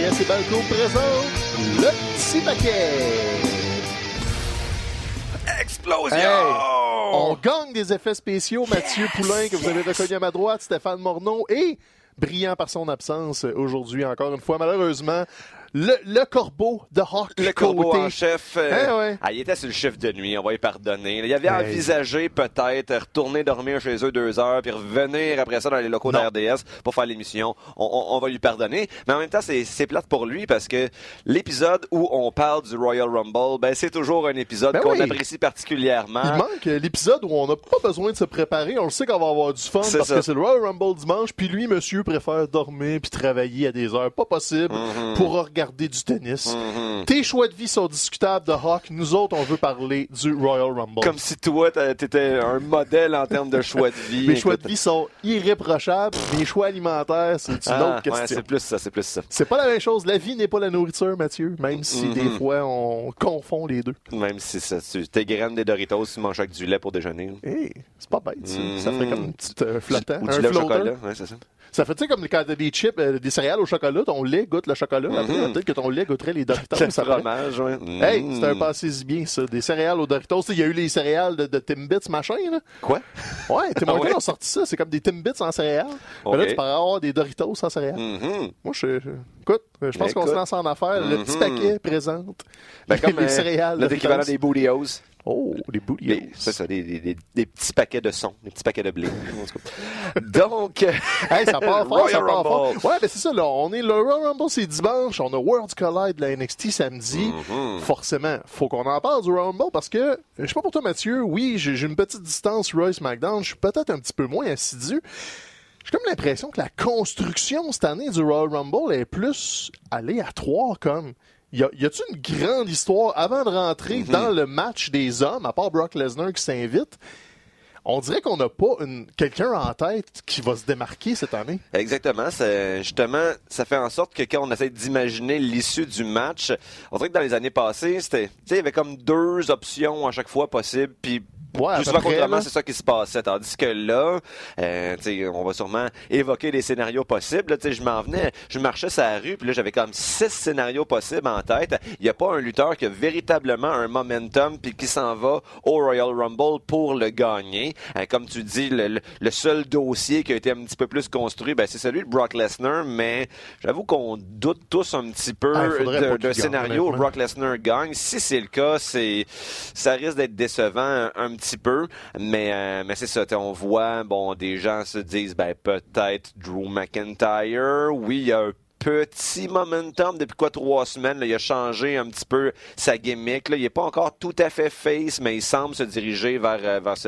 RDS et Balco présente le petit paquet. Explosion! Hey, on gagne des effets spéciaux. Mathieu Poulain, que vous avez reconnu à ma droite, Stéphane Morneau et, brillant par son absence aujourd'hui encore une fois, malheureusement, le corbeau de Hawk. Le corbeau en chef. Ouais. Il était sur le chiffre de nuit, on va y pardonner. Il avait envisagé peut-être retourner dormir chez eux 2 heures puis revenir après ça dans les locaux de RDS pour faire l'émission. On va lui pardonner. Mais en même temps, c'est plate pour lui parce que l'épisode où on parle du Royal Rumble, ben c'est toujours un épisode qu'on apprécie particulièrement. Il manque l'épisode où on n'a pas besoin de se préparer. On le sait qu'on va avoir du fun parce que c'est le Royal Rumble dimanche. Puis lui, monsieur, préfère dormir puis travailler à des heures pas possibles pour regarder du tennis. Tes choix de vie sont discutables de Hawk. Nous autres, on veut parler du Royal Rumble. Comme si toi, t'étais un modèle en termes de choix de vie. Mes choix de vie sont irréprochables. Mes choix alimentaires, c'est une autre question. Ouais, c'est plus ça. C'est pas la même chose. La vie n'est pas la nourriture, Mathieu, même si des fois, on confond les deux. Même si ça, tes graines des Doritos, tu manges avec du lait pour déjeuner. Hey, c'est pas bête, ça. Ça ferait comme une petite flottant. Ou du lait au chocolat, ouais, c'est ça. Ça fait, tu sais, comme quand t'as des chips, des céréales au chocolat, ton lait goûte le chocolat. Après, peut-être que ton lait goûterait les Doritos. Le fromage, ouais. Hey, c'est un passé bien, ça. Des céréales aux Doritos. Il y a eu les céréales de Timbits, machin, là. Quoi? Ouais, Tim Hortons a sorti ça. C'est comme des Timbits en céréales. Mais là, tu pourrais avoir des Doritos en céréales. Moi, écoute, je pense qu'on se lance en affaires. Le petit paquet présente comme les céréales. L'équivalent des Booty-O's. Oh, les Booty-O's. C'est ça, des petits paquets de son, des petits paquets de blé. Donc, hey, ça part fort, Royal ça part Rumble. fort. Ouais, ben c'est ça, là. Le Royal Rumble, c'est dimanche. On a Worlds Collide de la NXT samedi. Forcément, faut qu'on en parle du Royal Rumble parce que, je sais pas pour toi, Mathieu, oui, j'ai une petite distance Royce McDonald. Je suis peut-être un petit peu moins assidu. J'ai comme l'impression que la construction cette année du Royal Rumble est plus aléatoire, comme. Y a-tu une grande histoire avant de rentrer dans le match des hommes, à part Brock Lesnar qui s'invite? On dirait qu'on n'a pas quelqu'un en tête qui va se démarquer cette année. Exactement. Justement, ça fait en sorte que quand on essaie d'imaginer l'issue du match, on dirait que dans les années passées, il y avait comme 2 options à chaque fois possibles, puis plus souvent qu'autrement, c'est ça qui se passait. Tandis que là, on va sûrement évoquer les scénarios possibles. Là, je marchais sur la rue, puis là, j'avais comme 6 scénarios possibles en tête. Il n'y a pas un lutteur qui a véritablement un momentum puis qui s'en va au Royal Rumble pour le gagner. Comme tu dis, le seul dossier qui a été un petit peu plus construit, c'est celui de Brock Lesnar, mais j'avoue qu'on doute tous un petit peu d'un scénario où Brock Lesnar gagne. Si c'est le cas, ça risque d'être décevant un petit peu, mais c'est ça, on voit, des gens se disent, peut-être Drew McIntyre, oui, il y a un petit momentum depuis 3 semaines. Là, il a changé un petit peu sa gimmick. Là. Il n'est pas encore tout à fait face, mais il semble se diriger vers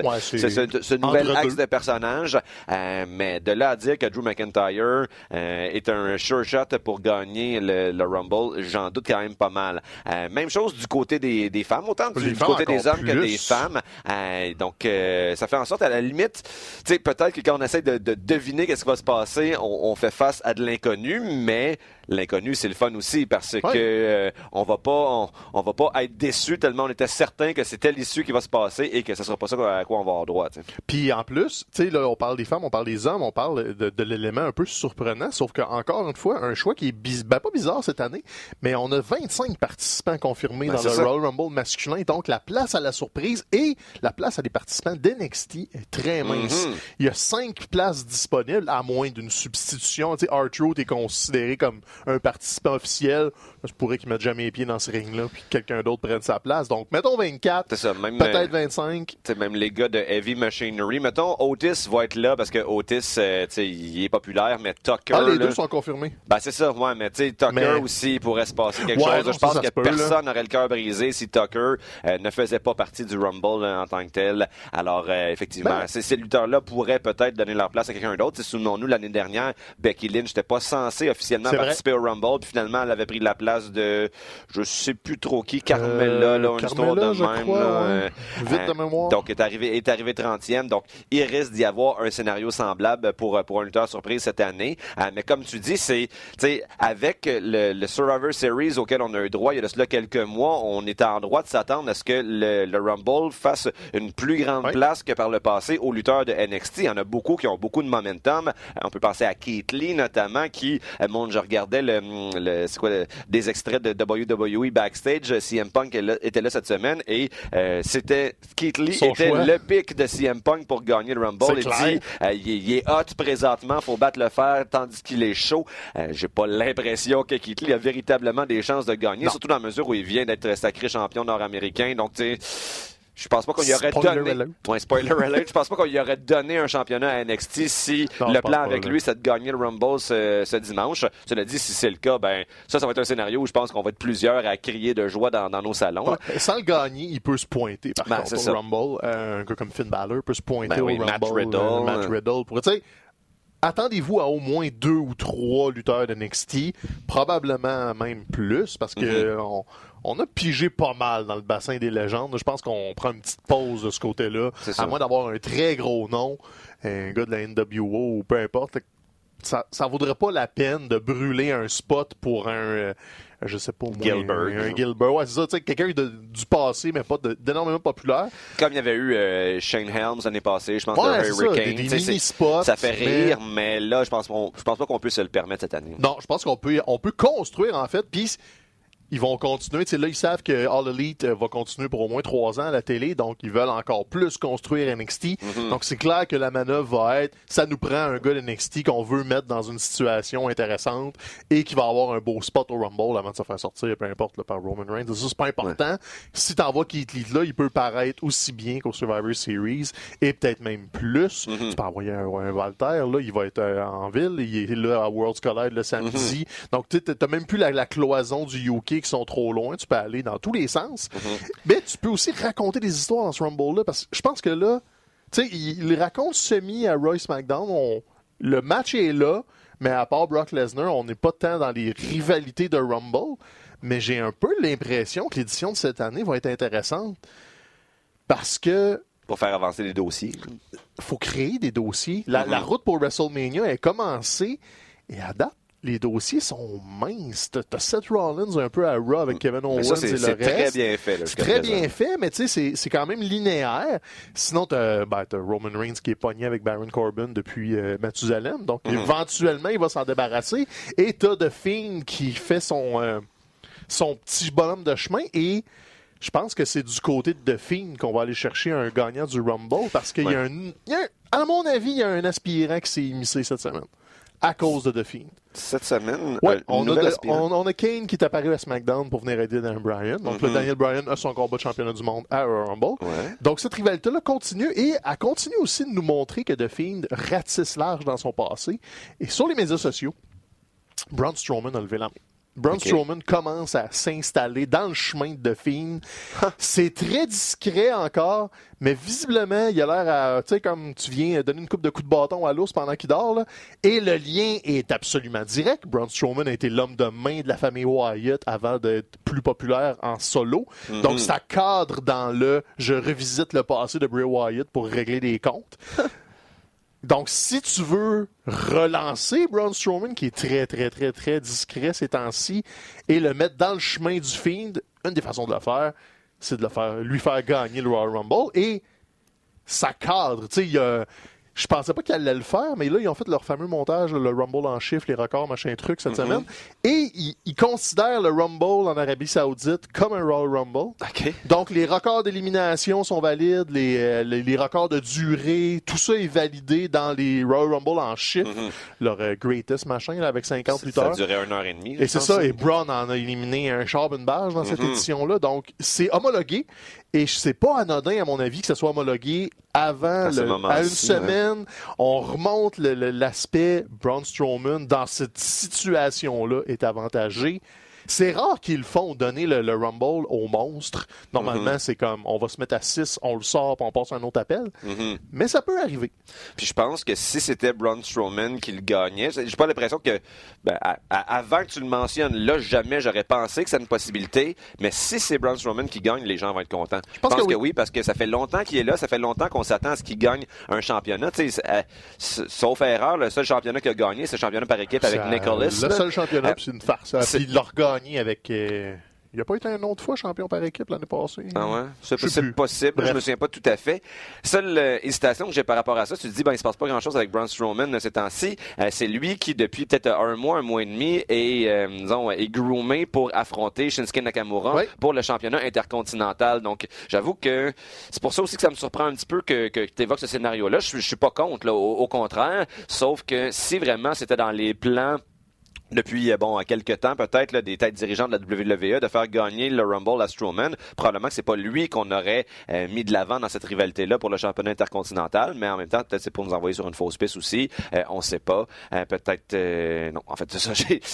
ce nouvel axe de personnage. Mais de là à dire que Drew McIntyre est un sure shot pour gagner le Rumble, j'en doute quand même pas mal. Même chose du côté des femmes, autant du côté des hommes que des femmes. Donc, ça fait en sorte, à la limite, peut-être que quand on essaie de deviner qu'est-ce qui va se passer, on fait face à de l'inconnu, mais l'inconnu, c'est le fun aussi parce que on va pas être déçu tellement on était certain que c'était l'issue qui va se passer et que ce sera pas ça à quoi on va avoir droit. T'sais. Puis en plus, là, on parle des femmes, on parle des hommes, on parle de l'élément un peu surprenant, sauf qu'encore une fois, un choix qui est pas bizarre cette année, mais on a 25 participants confirmés dans le Royal Rumble masculin, donc la place à la surprise et la place à des participants d'NXT est très mince. Il y a 5 places disponibles, à moins d'une substitution. R-Truth est considéré comme un participant officiel. Je pourrais qu'il mette jamais les pieds dans ce ring-là puis que quelqu'un d'autre prenne sa place. Donc, mettons 24, c'est ça, même, peut-être 25. Même les gars de Heavy Machinery. Mettons, Otis va être là parce que Otis, il est populaire, mais Tucker... les deux sont confirmés. C'est ça, ouais, mais Tucker aussi pourrait se passer quelque chose. Je pense que personne n'aurait le cœur brisé si Tucker ne faisait pas partie du Rumble en tant que tel. Alors, effectivement, ces lutteurs-là pourraient peut-être donner leur place à quelqu'un d'autre. Souvenons-nous, l'année dernière, Becky Lynch n'était pas censée officiellement participer au Rumble, puis finalement, elle avait pris la place de, je sais plus trop qui, Carmella, une histoire de même. Vite de mémoire. Donc, est arrivé 30e. Donc, il risque d'y avoir un scénario semblable pour un lutteur surprise cette année. Mais comme tu dis, avec le Survivor Series auquel on a eu droit il y a de cela quelques mois, on était en droit de s'attendre à ce que le Rumble fasse une plus grande place que par le passé aux lutteurs de NXT. Il y en a beaucoup qui ont beaucoup de momentum. On peut penser à Keith Lee, notamment, qui, je regardais regardais des extraits de WWE Backstage. CM Punk était là cette semaine et c'était Keith Lee était le pick de CM Punk pour gagner le Rumble. Il est hot présentement, faut battre le fer tandis qu'il est chaud. J'ai pas l'impression que Keith Lee a véritablement des chances de gagner, surtout dans la mesure où il vient d'être sacré champion nord-américain. Donc, tu sais, je pense pas qu'on y aurait spoiler alert. Je pense pas qu'on y aurait donné un championnat à NXT si le plan avec lui, c'est de gagner le Rumble ce dimanche. Cela dit, si c'est le cas, ben ça va être un scénario où je pense qu'on va être plusieurs à crier de joie dans nos salons. Sans le gagner, il peut se pointer par contre au Rumble. Un gars comme Finn Balor peut se pointer au Rumble. Matt Riddle. Tu sais, attendez-vous à au moins 2 ou 3 lutteurs de NXT, probablement même plus, parce que on a pigé pas mal dans le bassin des légendes. Je pense qu'on prend une petite pause de ce côté-là, à moins d'avoir un très gros nom, un gars de la NWO ou peu importe. Ça vaudrait pas la peine de brûler un spot pour un... je sais pas, un Gilbert. Ouais, c'est ça, tu sais, quelqu'un du passé, mais pas d'énormément populaire. Comme il y avait eu Shane Helms l'année passée, je pense, de Hurricane. Des mini-spots. Ça fait rire, mais là, je pense pas qu'on peut se le permettre cette année. Non, je pense qu'on peut construire, en fait, puis ils vont continuer. Tu sais, là, ils savent que All Elite va continuer pour au moins 3 ans à la télé, donc ils veulent encore plus construire NXT. Donc, c'est clair que la manœuvre va être, ça nous prend un gars de NXT qu'on veut mettre dans une situation intéressante et qui va avoir un beau spot au Rumble avant de se faire sortir, peu importe, là, par Roman Reigns. Ça, c'est pas important. Si t'envoies Keith Lee là, il peut paraître aussi bien qu'au Survivor Series et peut-être même plus. Tu peux envoyer un Walter, là, il va être en ville, il est là à Worlds Collide le samedi. Donc, tu t'as même plus la cloison du UK qui sont trop loin, tu peux aller dans tous les sens. Mais tu peux aussi raconter des histoires dans ce Rumble-là, parce que je pense que là, tu sais, il raconte semi à Roy SmackDown, le match est là, mais à part Brock Lesnar, on n'est pas tant dans les rivalités de Rumble, mais j'ai un peu l'impression que l'édition de cette année va être intéressante, parce que pour faire avancer les dossiers. Il faut créer des dossiers. La route pour WrestleMania est commencée, et à date, les dossiers sont minces. T'as Seth Rollins un peu à Raw avec Kevin Owens et le reste. C'est très bien fait. Là, c'est très bien fait, mais tu sais, c'est quand même linéaire. Sinon, t'as Roman Reigns qui est pogné avec Baron Corbin depuis Mathusalem. Donc, éventuellement, il va s'en débarrasser. Et t'as The Fiend qui fait son petit bonhomme de chemin. Et je pense que c'est du côté de The Fiend qu'on va aller chercher un gagnant du Rumble, parce qu'il y a à mon avis, il y a un aspirant qui s'est immiscé cette semaine. À cause de The Fiend. Cette semaine, on a Kane qui est apparu à SmackDown pour venir aider Daniel Bryan. Donc, Daniel Bryan a son combat de championnat du monde à Rumble. Donc, cette rivalité-là continue, et elle continue aussi de nous montrer que The Fiend ratisse large dans son passé. Et sur les médias sociaux, Braun Strowman a levé la main. Braun Strowman commence à s'installer dans le chemin de The Fiend. C'est très discret encore, mais visiblement, il a l'air à, tu sais, comme tu viens donner une coupe de coups de bâton à l'ours pendant qu'il dort, là. Et le lien est absolument direct. Braun Strowman a été l'homme de main de la famille Wyatt avant d'être plus populaire en solo. Donc, ça cadre dans je revisite le passé de Bray Wyatt pour régler des comptes. Donc, si tu veux relancer Braun Strowman, qui est très, très, très, très discret ces temps-ci, et le mettre dans le chemin du Fiend, une des façons de le faire, c'est de lui faire gagner le Royal Rumble. Et ça cadre. Tu sais, je pensais pas qu'ils allaient le faire, mais là, ils ont fait leur fameux montage, le Rumble en chiffres, les records, machin truc, cette semaine. Et ils considèrent le Rumble en Arabie Saoudite comme un Royal Rumble. Donc, les records d'élimination sont valides, les records de durée, tout ça est validé dans les Royal Rumble en chiffres. Leur greatest machin, là, avec 50 lutteurs. Ça a duré 1h30. Et c'est ça, et Braun en a éliminé un char, une barge dans cette édition-là. Donc, c'est homologué. Et c'est pas anodin, à mon avis, que ce soit homologué avant, à une semaine. On remonte l'aspect Braun Strowman dans cette situation-là est avantagé. C'est rare qu'ils le font, donner le Rumble au monstre. Normalement, c'est comme, on va se mettre à 6, on le sort, puis on passe à un autre appel. Mais ça peut arriver. Puis je pense que si c'était Braun Strowman qui le gagnait, j'ai pas l'impression que, avant que tu le mentionnes, là, jamais j'aurais pensé que c'est une possibilité. Mais si c'est Braun Strowman qui gagne, les gens vont être contents. Je pense que oui, parce que ça fait longtemps qu'il est là, ça fait longtemps qu'on s'attend à ce qu'il gagne un championnat. Sauf erreur, le seul championnat qu'il a gagné, c'est le championnat par équipe avec Nicholas. Le seul championnat, c'est une farce. Puis il l'a regagné avec Il n'a pas été une autre fois champion par équipe l'année passée. Ah ouais? C'est possible. Bref. Je me souviens pas tout à fait. Seule hésitation que j'ai par rapport à ça, tu te dis, il se passe pas grand-chose avec Braun Strowman ces temps-ci. C'est lui qui, depuis peut-être un mois et demi, est groomé pour affronter Shinsuke Nakamura pour le championnat intercontinental. Donc, j'avoue que c'est pour ça aussi que ça me surprend un petit peu que tu évoques ce scénario-là. Je suis pas contre, là, au contraire. Sauf que si vraiment c'était dans les plans depuis quelques temps peut-être des têtes dirigeantes de la WWE de faire gagner le Rumble à Strowman, probablement que c'est pas lui qu'on aurait mis de l'avant dans cette rivalité-là pour le championnat intercontinental, mais en même temps peut-être c'est pour nous envoyer sur une fausse piste aussi, on sait pas, peut-être non, en fait c'est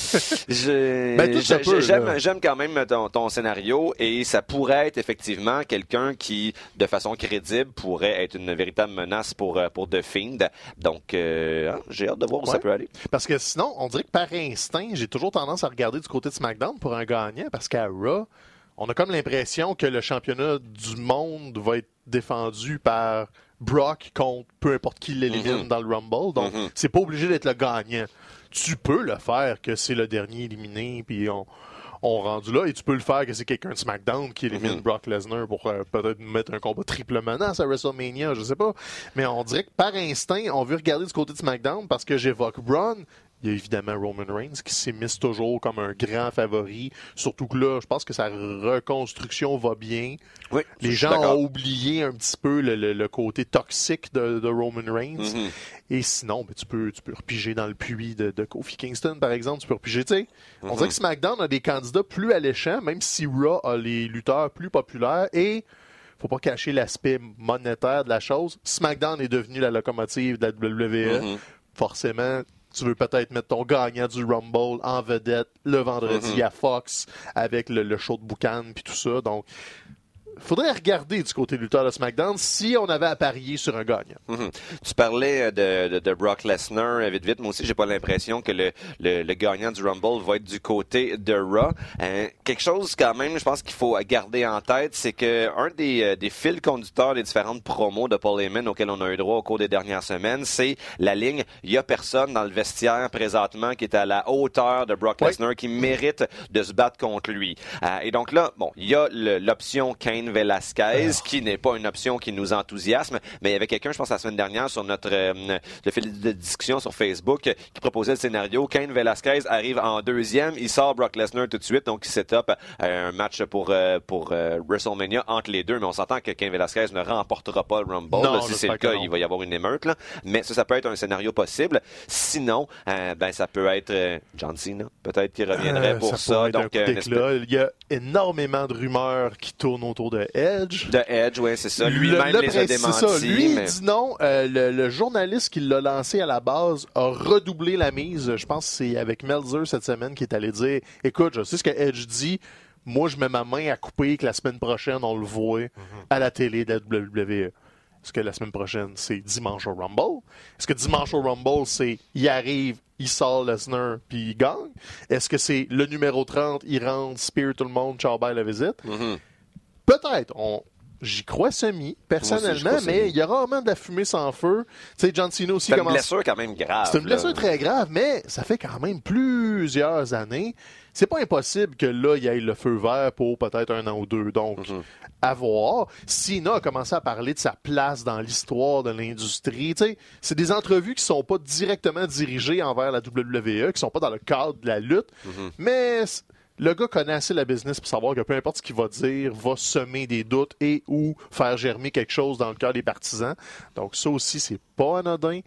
ça, j'aime quand même ton scénario et ça pourrait être effectivement quelqu'un qui de façon crédible pourrait être une véritable menace pour The Fiend, donc j'ai hâte de voir où ça peut aller. Parce que sinon on dirait que par instant j'ai toujours tendance à regarder du côté de SmackDown pour un gagnant parce qu'à Raw, on a comme l'impression que le championnat du monde va être défendu par Brock contre peu importe qui l'élimine dans le Rumble. Donc, c'est pas obligé d'être le gagnant. Tu peux le faire que c'est le dernier éliminé, puis on rendu là, et tu peux le faire que c'est quelqu'un de SmackDown qui élimine Brock Lesnar pour peut-être mettre un combat triple menace à WrestleMania, je sais pas. Mais on dirait que par instinct, on veut regarder du côté de SmackDown parce que j'évoque Braun. Il y a évidemment Roman Reigns qui s'immisce toujours comme un grand favori. Surtout que là, je pense que sa reconstruction va bien. Oui, les gens ont oublié un petit peu le côté toxique de Roman Reigns. Et sinon, tu peux repiger dans le puits de Kofi Kingston, par exemple. Tu peux repiger, tu sais. On dirait que SmackDown a des candidats plus alléchants, même si Raw a les lutteurs plus populaires. Et faut pas cacher l'aspect monétaire de la chose. SmackDown est devenu la locomotive de la WWE. Forcément, tu veux peut-être mettre ton gagnant du Rumble en vedette le vendredi à Fox avec le show de Boucan puis tout ça. Donc, faudrait regarder du côté lutteur de SmackDown si on avait à parier sur un gagnant. Tu parlais de Brock Lesnar vite. Moi aussi, j'ai pas l'impression que le gagnant du Rumble va être du côté de Raw. Quelque chose quand même, je pense qu'il faut garder en tête, c'est que un des fils conducteurs des différentes promos de Paul Heyman auxquelles on a eu droit au cours des dernières semaines, c'est la ligne « Il y a personne dans le vestiaire présentement qui est à la hauteur de Brock Lesnar qui mérite de se battre contre lui. » Et donc là, il y a l'option Cain Velasquez, qui n'est pas une option qui nous enthousiasme, mais il y avait quelqu'un, je pense la semaine dernière, sur notre le fil de discussion sur Facebook, qui proposait le scénario. Cain Velasquez arrive en deuxième, il sort Brock Lesnar tout de suite, donc il set up un match pour WrestleMania entre les deux, mais on s'entend que Cain Velasquez ne remportera pas le Rumble. Non, si c'est le cas, il va y avoir une émeute, là. Mais ça peut être un scénario possible. Sinon, ça peut être John Cena, peut-être, qui reviendrait pour ça. Donc, il y a énormément de rumeurs qui tournent autour de Edge. De Edge, oui, c'est ça. Lui-même les a démentis. C'est ça. Lui, il dit non. Le journaliste qui l'a lancé à la base a redoublé la mise. Je pense que c'est avec Meltzer cette semaine qui est allé dire « Écoute, je sais ce que Edge dit. Moi, je mets ma main à couper que la semaine prochaine, on le voit à la télé de la WWE. » Est-ce que la semaine prochaine, c'est dimanche au Rumble? Est-ce que dimanche au Rumble, c'est il arrive, il sort Lesnar, puis il gagne? Est-ce que c'est le numéro 30, il rentre, spear tout le monde, ciao, bye, la visite? Peut-être. J'y crois personnellement, aussi, mais il y a rarement de la fumée sans feu. Tu sais, John Cena aussi commence... C'est une blessure quand même grave. C'est une blessure très grave, mais ça fait quand même plusieurs années. C'est pas impossible que là, il y ait le feu vert pour peut-être 1 an ou 2. Donc, à voir. Cena a commencé à parler de sa place dans l'histoire de l'industrie. Tu sais, c'est des entrevues qui sont pas directement dirigées envers la WWE, qui sont pas dans le cadre de la lutte, mais... Le gars connaît assez la business pour savoir que peu importe ce qu'il va dire, va semer des doutes et ou faire germer quelque chose dans le cœur des partisans. Donc ça aussi, c'est pas anodin.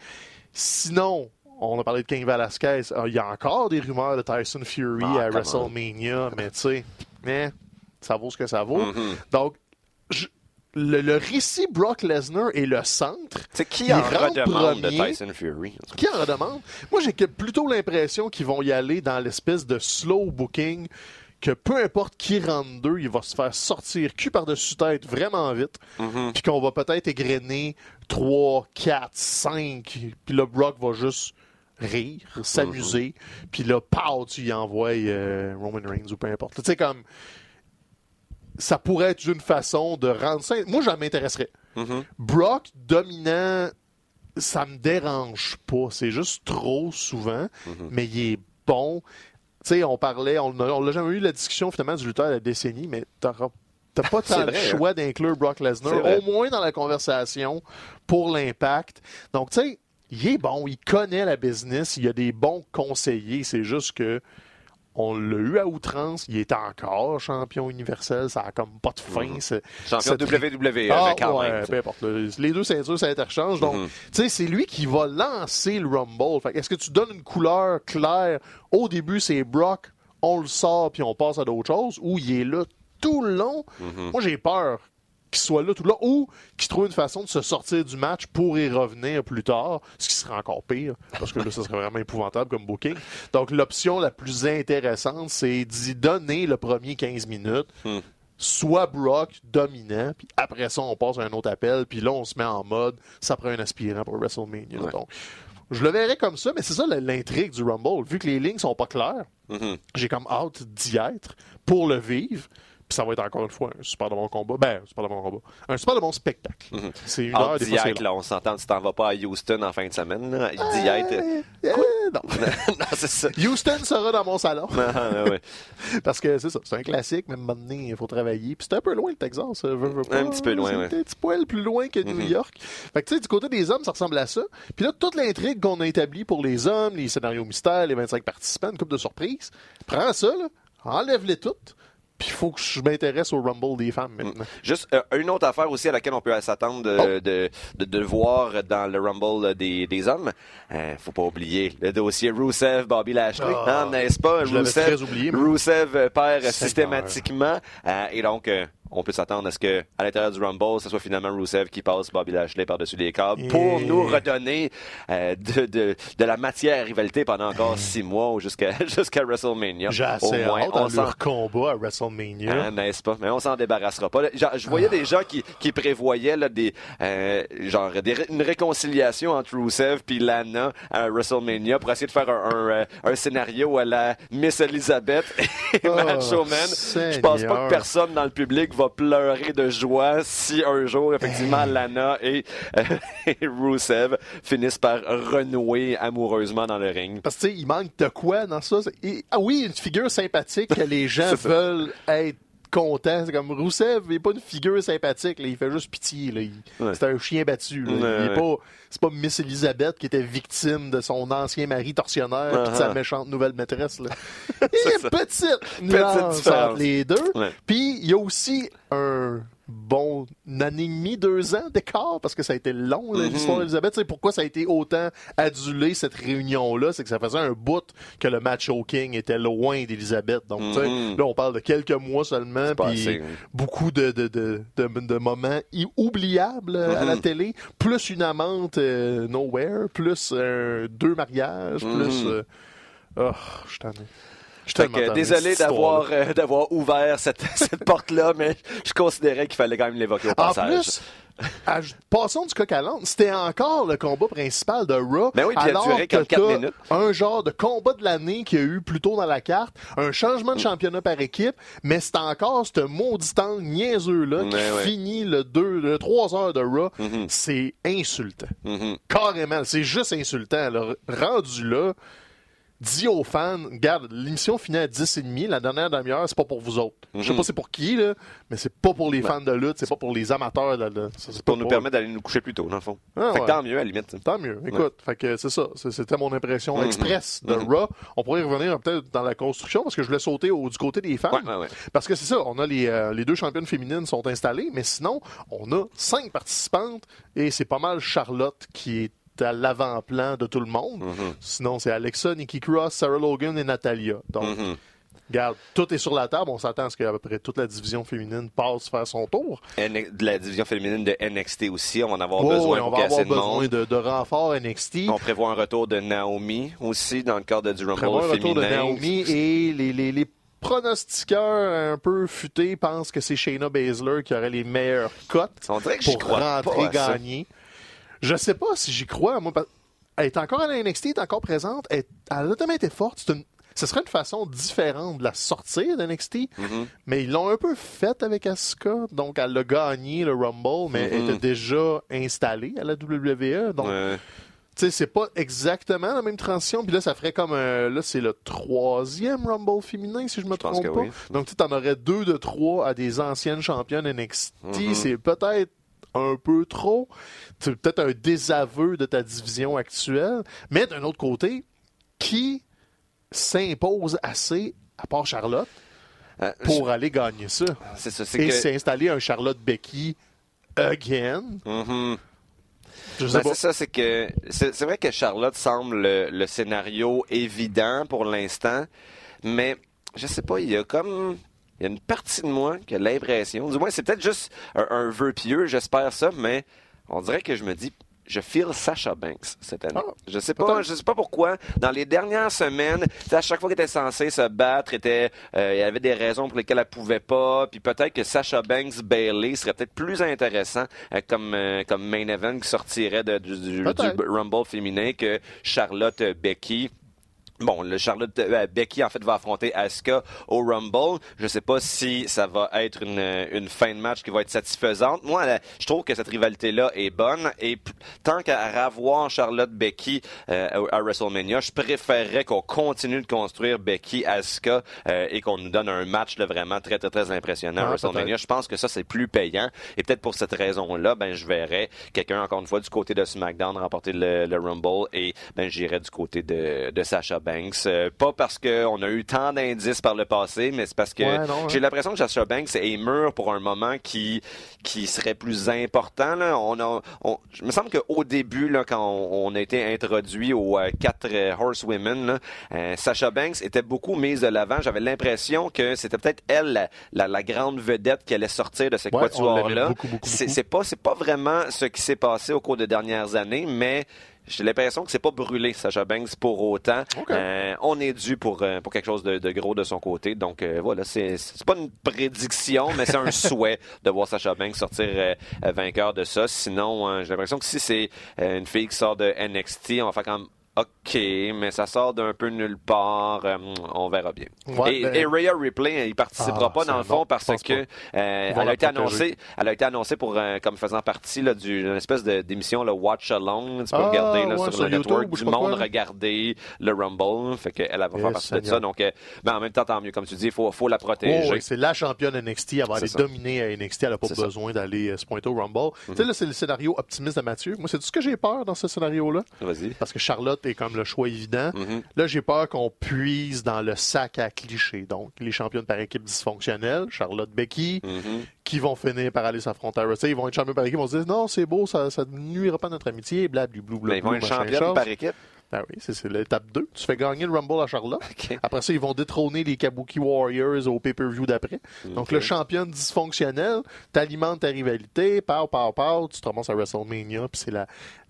Sinon, on a parlé de Cain Velasquez. Il y a encore des rumeurs de Tyson Fury à WrestleMania, mais tu sais, ça vaut ce que ça vaut. Donc, le récit Brock Lesnar est le centre. C'est qui en redemande de Tyson Fury? Qui en redemande? Moi, j'ai plutôt l'impression qu'ils vont y aller dans l'espèce de slow booking, que peu importe qui rentre d'eux, il va se faire sortir cul par-dessus tête vraiment vite, puis qu'on va peut-être égrener 3, 4, 5, puis là, Brock va juste rire, s'amuser, puis là, pow, tu y envoies Roman Reigns ou peu importe. Tu sais, comme... Ça pourrait être une façon de rendre ça... Moi, j'en m'intéresserais. Brock dominant, ça me dérange pas. C'est juste trop souvent, mais il est bon. sais, on l'a jamais eu la discussion finalement du lutteur de la décennie, mais t'as pas tant le choix d'inclure Brock Lesnar, au moins dans la conversation, pour l'impact. Donc, tu sais, il est bon, il connaît la business, il y a des bons conseillers, c'est juste que on l'a eu à outrance, il est encore champion universel, ça a comme pas de fin. Champion WWE, quand même. Peu importe. Les deux ceintures s'interchangent, donc tu sais, c'est lui qui va lancer le Rumble. Fait, est-ce que tu donnes une couleur claire? Au début, c'est Brock, on le sort puis on passe à d'autres choses, ou il est là tout le long? Moi, j'ai peur qu'il soit là tout le long, ou qu'il trouve une façon de se sortir du match pour y revenir plus tard, ce qui serait encore pire, parce que là, ça serait vraiment épouvantable comme booking. Donc, l'option la plus intéressante, c'est d'y donner le premier 15 minutes, soit Brock dominant, puis après ça, on passe à un autre appel, puis là, on se met en mode, ça prend un aspirant pour WrestleMania. Donc, je le verrais comme ça, mais c'est ça l'intrigue du Rumble. Vu que les lignes sont pas claires, j'ai comme hâte d'y être pour le vivre. Puis ça va être encore une fois un super de bon combat. Un super de bon spectacle. C'est une heure, des fois, c'est long. On s'entend, tu t'en vas pas à Houston en fin de semaine. Là. Non. Non, c'est ça. Houston sera dans mon salon. Ouais. Parce que c'est ça, c'est un classique, même maintenant, il faut travailler. Puis c'est un peu loin, le Texas. Un petit peu loin, c'est un petit poil plus loin que New York. Fait que tu sais, du côté des hommes, ça ressemble à ça. Puis là, toute l'intrigue qu'on a établie pour les hommes, les scénarios mystères, les 25 participants, une couple de surprises, prends ça, là, enlève-les toutes. Puis il faut que je m'intéresse au Rumble des femmes maintenant. Juste une autre affaire aussi à laquelle on peut s'attendre de voir dans le Rumble des hommes. Faut pas oublier le dossier Rusev, Bobby Lashley. N'est-ce pas? Rusev perd systématiquement. Et donc, on peut s'attendre à ce que à l'intérieur du Rumble, ce soit finalement Rusev qui passe Bobby Lashley par-dessus les câbles pour nous redonner de la matière à rivalité pendant encore 6 mois ou jusqu'à WrestleMania. J'ai assez hâte dans leur combat à WrestleMania. N'est-ce pas? Mais on s'en débarrassera pas. Je voyais des gens qui prévoyaient là, une réconciliation entre Rusev et Lana à WrestleMania pour essayer de faire un scénario à la Miss Elizabeth et Macho Man. Je pense pas que personne dans le public va pleurer de joie si un jour, effectivement, Lana et Rusev finissent par renouer amoureusement dans le ring. Parce que, tu sais, il manque de quoi dans ça? Oui, une figure sympathique que les gens veulent être contents. C'est comme Rusev, il n'est pas une figure sympathique, là, il fait juste pitié. Là. C'est un chien battu. Là. C'est pas Miss Elizabeth qui était victime de son ancien mari tortionnaire et de sa méchante nouvelle maîtresse. Là. Il y a une petite nuance entre les deux. Puis il y a aussi un bon an et demi, 2 ans d'écart, parce que ça a été long, l'histoire d'Elisabeth. Tu sais, pourquoi ça a été autant adulé, cette réunion-là? C'est que ça faisait un bout que le Macho King était loin d'Elisabeth. Donc, tu sais, là, on parle de quelques mois seulement, puis beaucoup de moments oubliables à la télé, plus une amante nowhere, plus 2 mariages, plus... je t'en ai... Désolé d'avoir ouvert cette porte-là, mais je considérais qu'il fallait quand même l'évoquer au passage. En plus, passons du coq à l'âne, c'était encore le combat principal de Raw. Mais oui, puis il a duré comme 4 minutes. Un genre de combat de l'année qu'il y a eu plus tôt dans la carte, un changement de championnat par équipe, mais c'est encore ce maudit angle niaiseux-là qui finit le 3 heures de Raw. C'est insultant. Carrément, c'est juste insultant. Là. Rendu là, dis aux fans, regarde, l'émission finit à 10h30, la dernière demi-heure, c'est pas pour vous autres. Je sais pas c'est pour qui, là, mais c'est pas pour les fans de lutte, c'est pas pour les amateurs de lutte. C'est pour nous permettre d'aller nous coucher plus tôt, dans le fond. Fait que tant mieux, à la limite. Tant mieux. Écoute, fait que c'est ça. C'était mon impression express de Raw. On pourrait y revenir peut-être dans la construction, parce que je voulais sauter du côté des femmes. Parce que c'est ça, on a les 2 championnes féminines sont installées, mais sinon, on a 5 participantes, et c'est pas mal Charlotte qui est à l'avant-plan de tout le monde. Sinon, c'est Alexa, Nikki Cross, Sarah Logan et Natalia. Donc, regarde, tout est sur la table. On s'attend à ce qu'à peu près toute la division féminine passe faire son tour. De la division féminine de NXT aussi, on va en avoir besoin. On va avoir besoin de renfort NXT. On prévoit un retour de Naomi aussi dans le cadre du Rumble féminin. Un retour de Naomi et les pronostiqueurs un peu futés pensent que c'est Shayna Baszler qui aurait les meilleures cotes pour rentrer gagner. Je sais pas si j'y crois. Moi, elle est encore à la NXT, elle est encore présente. Elle a notamment été forte. Ce serait une façon différente de la sortir de NXT. Mais ils l'ont un peu faite avec Asuka. Donc, elle a gagné le Rumble, mais elle était déjà installée à la WWE. Donc, tu sais, c'est pas exactement la même transition. Puis là, ça ferait comme là, c'est le 3e Rumble féminin, si je me trompe pas. Oui. Donc, tu en aurais 2 de 3 à des anciennes championnes NXT. C'est peut-être un peu trop. C'est peut-être un désaveu de ta division actuelle. Mais d'un autre côté, qui s'impose assez, à part Charlotte, pour aller gagner ça? C'est ça. C'est installer un Charlotte Becky again. C'est ça, c'est que c'est vrai que Charlotte semble le scénario évident pour l'instant, mais je sais pas, il y a une partie de moi qui a l'impression, du moins c'est peut-être juste un vœu pieux, j'espère ça, mais on dirait que je me dis, je feel Sasha Banks cette année. Je sais pas pourquoi. Dans les dernières semaines, à chaque fois qu'elle était censée se battre, il y avait des raisons pour lesquelles elle pouvait pas. Puis peut-être que Sasha Banks Bayley serait peut-être plus intéressant comme main event qui sortirait du Rumble féminin que Charlotte Becky. Bon, le Charlotte Becky en fait va affronter Asuka au Rumble. Je sais pas si ça va être une fin de match qui va être satisfaisante. Moi, je trouve que cette rivalité-là est bonne et tant qu'à revoir Charlotte Becky à WrestleMania, je préférerais qu'on continue de construire Becky Asuka et qu'on nous donne un match là, vraiment très très très impressionnant à WrestleMania. Peut-être. Je pense que ça c'est plus payant et peut-être pour cette raison-là, je verrais quelqu'un encore une fois du côté de SmackDown remporter le Rumble et j'irais du côté de Sasha Banks. Pas parce qu'on a eu tant d'indices par le passé, mais c'est parce que j'ai l'impression que Sasha Banks est mûr pour un moment qui serait plus important. Là. Je me semble qu'au début, là, quand on a été introduit aux 4 Horsewomen, Sasha Banks était beaucoup mise de l'avant. J'avais l'impression que c'était peut-être elle la grande vedette qui allait sortir de ce quatuor-là. C'est pas vraiment ce qui s'est passé au cours des dernières années, mais j'ai l'impression que c'est pas brûlé, Sasha Banks, pour autant. Okay. On est dû pour quelque chose de gros de son côté. Donc, voilà, c'est pas une prédiction, mais c'est un souhait de voir Sasha Banks sortir vainqueur de ça. Sinon, j'ai l'impression que si c'est une fille qui sort de NXT, on va faire comme OK, mais ça sort d'un peu nulle part. On verra bien. Et Rhea Ripley, il participera pas dans le fond parce que elle a été annoncée pour comme faisant partie là, d'une espèce d'émission le Watch Along. Tu peux regarder là, sur le network du monde regarder le Rumble. Fait qu'elle va faire partie de ça. Donc, en même temps, tant mieux. Comme tu dis, il faut la protéger. C'est la championne NXT. Elle va aller dominer à NXT. Elle n'a pas besoin d'aller se pointer au Rumble. Tu sais, là, c'est le scénario optimiste de Mathieu. Moi, c'est tout ce que j'ai peur dans ce scénario-là. Vas-y. Parce que Charlotte est comme le choix évident. Là, j'ai peur qu'on puise dans le sac à clichés. Donc, les championnes par équipe dysfonctionnelles, Charlotte Becky, qui vont finir par aller s'affronter à Wrestle. Ils vont être champions par équipe, ils vont se dire non, c'est beau, ça ne nuira pas à notre amitié, blablabla. Ils vont être championnes par équipe. Ah oui, c'est l'étape 2. Tu fais gagner le Rumble à Charlotte. Okay. Après ça, ils vont détrôner les Kabuki Warriors au pay-per-view d'après. Donc, le champion dysfonctionnel, t'alimentes ta rivalité, pow, tu te ramasses à WrestleMania, puis c'est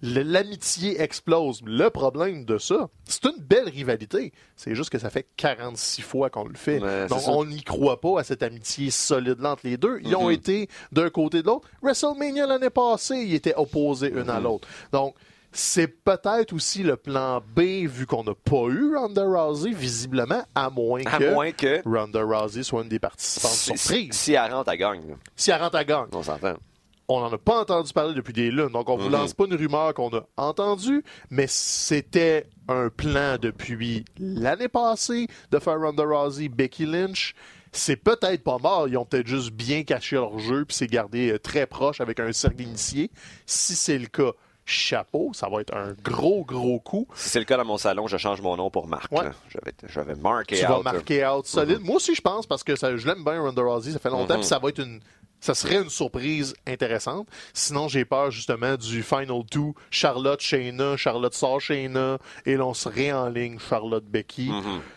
l'amitié explose. Le problème de ça, c'est une belle rivalité. C'est juste que ça fait 46 fois qu'on le fait. Donc, on n'y croit pas à cette amitié solide entre les deux. Ils ont été d'un côté et de l'autre. WrestleMania l'année passée, ils étaient opposés une à l'autre. Donc, c'est peut-être aussi le plan B, vu qu'on n'a pas eu Ronda Rousey, visiblement, à moins que Ronda Rousey soit une des participantes surprises. Si elle rentre, elle gagne. Si elle rentre, elle gagne. On s'entend. On n'en a pas entendu parler depuis des lunes, donc on vous lance pas une rumeur qu'on a entendue, mais c'était un plan depuis l'année passée de faire Ronda Rousey, Becky Lynch. C'est peut-être pas mort, ils ont peut-être juste bien caché leur jeu puis c'est gardé très proche avec un cercle d'initiés. Si c'est le cas, chapeau, ça va être un gros coup. Si c'est le cas dans mon salon, je change mon nom pour Marc. Ouais. Je vais marquer out. Tu vas marquer out solide. Moi aussi, je pense, parce que je l'aime bien, Ronda Rousey, ça fait longtemps, puis ça serait une surprise intéressante. Sinon, j'ai peur justement du Final 2, Charlotte sort Shayna, et l'on se réenligne Charlotte Becky.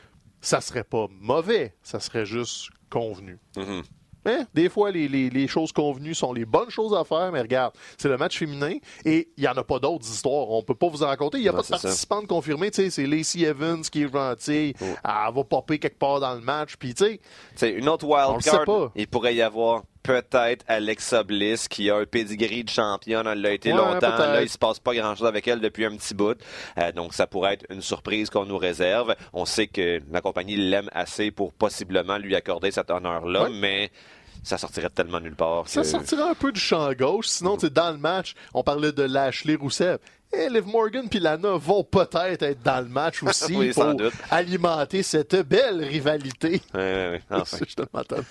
Ça serait pas mauvais, ça serait juste convenu. Mais des fois, les choses convenues sont les bonnes choses à faire, mais regarde, c'est le match féminin et il n'y en a pas d'autres histoires. On peut pas vous en raconter. Il n'y a pas de participante confirmée. C'est Lacey Evans qui est gentille. Elle va popper quelque part dans le match. Puis, tu sais, une autre wildcard, il pourrait y avoir peut-être Alexa Bliss qui a un pedigree de championne. Elle l'a été longtemps. Là, il se passe pas grand-chose avec elle depuis un petit bout. Donc, ça pourrait être une surprise qu'on nous réserve. On sait que la compagnie l'aime assez pour possiblement lui accorder cet honneur-là, mais ça sortirait tellement nulle part. Ça sortirait un peu du champ gauche. Sinon, dans le match, on parlait de Lashley Rousseff. Liv Morgan puis Lana vont peut-être être dans le match aussi oui, pour alimenter cette belle rivalité. Oui. Enfin. Je te m'attendais.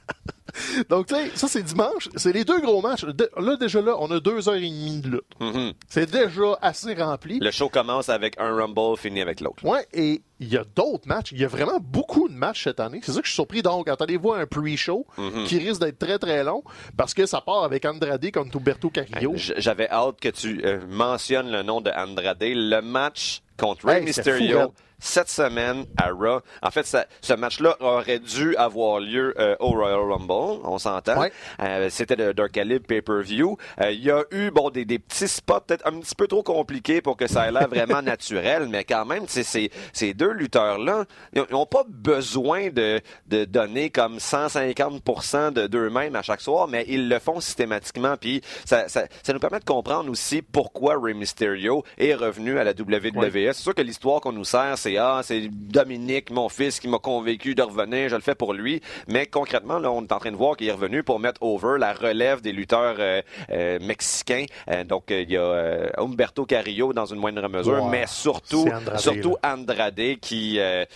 Donc, tu sais, ça, c'est dimanche. C'est les 2 gros matchs. Là, déjà, on a 2h30 de lutte. Mm-hmm. C'est déjà assez rempli. Le show commence avec un Rumble, finit avec l'autre. Ouais, et il y a d'autres matchs. Il y a vraiment beaucoup de matchs cette année. C'est ça que je suis surpris. Donc, attendez-vous à un pre-show qui risque d'être très, très long parce que ça part avec Andrade contre Humberto Carrillo. J'avais hâte que tu mentionnes le nom de Andrade. Le match contre Rey Mysterio cette semaine à Raw. En fait, ce match-là aurait dû avoir lieu au Royal Rumble, on s'entend. Ouais. C'était d'un calibre pay-per-view. Il y a eu des petits spots peut-être un petit peu trop compliqués pour que ça ait l'air vraiment naturel, mais quand même, ces 2 lutteurs-là, ils n'ont pas besoin de donner comme 150% d'eux-mêmes à chaque soir, mais ils le font systématiquement. Puis ça nous permet de comprendre aussi pourquoi Rey Mysterio est revenu à la WWE. Ouais. C'est sûr que l'histoire qu'on nous sert, c'est Dominique, mon fils, qui m'a convaincu de revenir, je le fais pour lui. Mais concrètement, là, on est en train de voir qu'il est revenu pour mettre over la relève des lutteurs mexicains. Donc, il y a Humberto Carrillo dans une moindre mesure, mais surtout Andrade qui...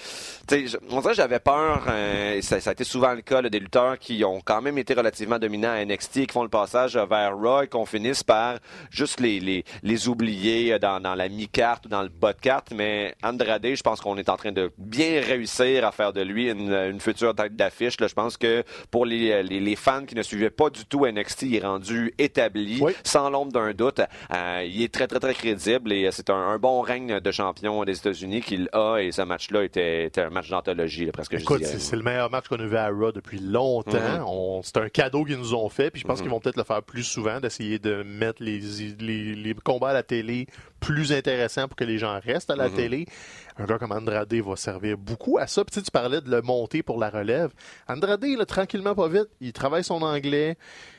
on dirait que j'avais peur, ça a été souvent le cas, là, des lutteurs qui ont quand même été relativement dominants à NXT et qui font le passage vers Raw et qu'on finisse par juste les oublier dans la mi-carte ou dans le bas de carte. Mais Andrade, je pense qu'on est en train de bien réussir à faire de lui une future tête d'affiche. Là, je pense que pour les fans qui ne suivaient pas du tout NXT, il est rendu établi, sans l'ombre d'un doute. Il est très, très, très crédible et c'est un bon règne de champion des États-Unis qu'il a et ce match-là était un match d'anthologie, là, presque. Écoute, c'est le meilleur match qu'on a vu à Raw depuis longtemps. C'est un cadeau qu'ils nous ont fait, puis je pense qu'ils vont peut-être le faire plus souvent, d'essayer de mettre les combats à la télé plus intéressants pour que les gens restent à la télé. Un gars comme Andrade va servir beaucoup à ça. Puis tu parlais de le monter pour la relève. Andrade, là, tranquillement, pas vite, il travaille son anglais.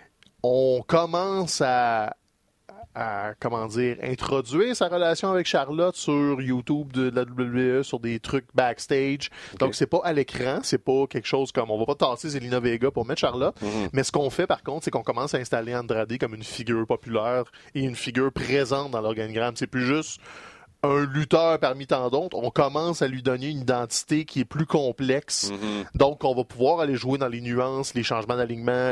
On commence à introduire sa relation avec Charlotte sur YouTube de la WWE, sur des trucs backstage. Okay. Donc, c'est pas à l'écran, c'est pas quelque chose comme, on va pas tasser Zelina Vega pour mettre Charlotte, mais ce qu'on fait, par contre, c'est qu'on commence à installer Andrade comme une figure populaire et une figure présente dans l'organigramme. C'est plus juste un lutteur parmi tant d'autres, on commence à lui donner une identité qui est plus complexe. Donc, on va pouvoir aller jouer dans les nuances, les changements d'alignement,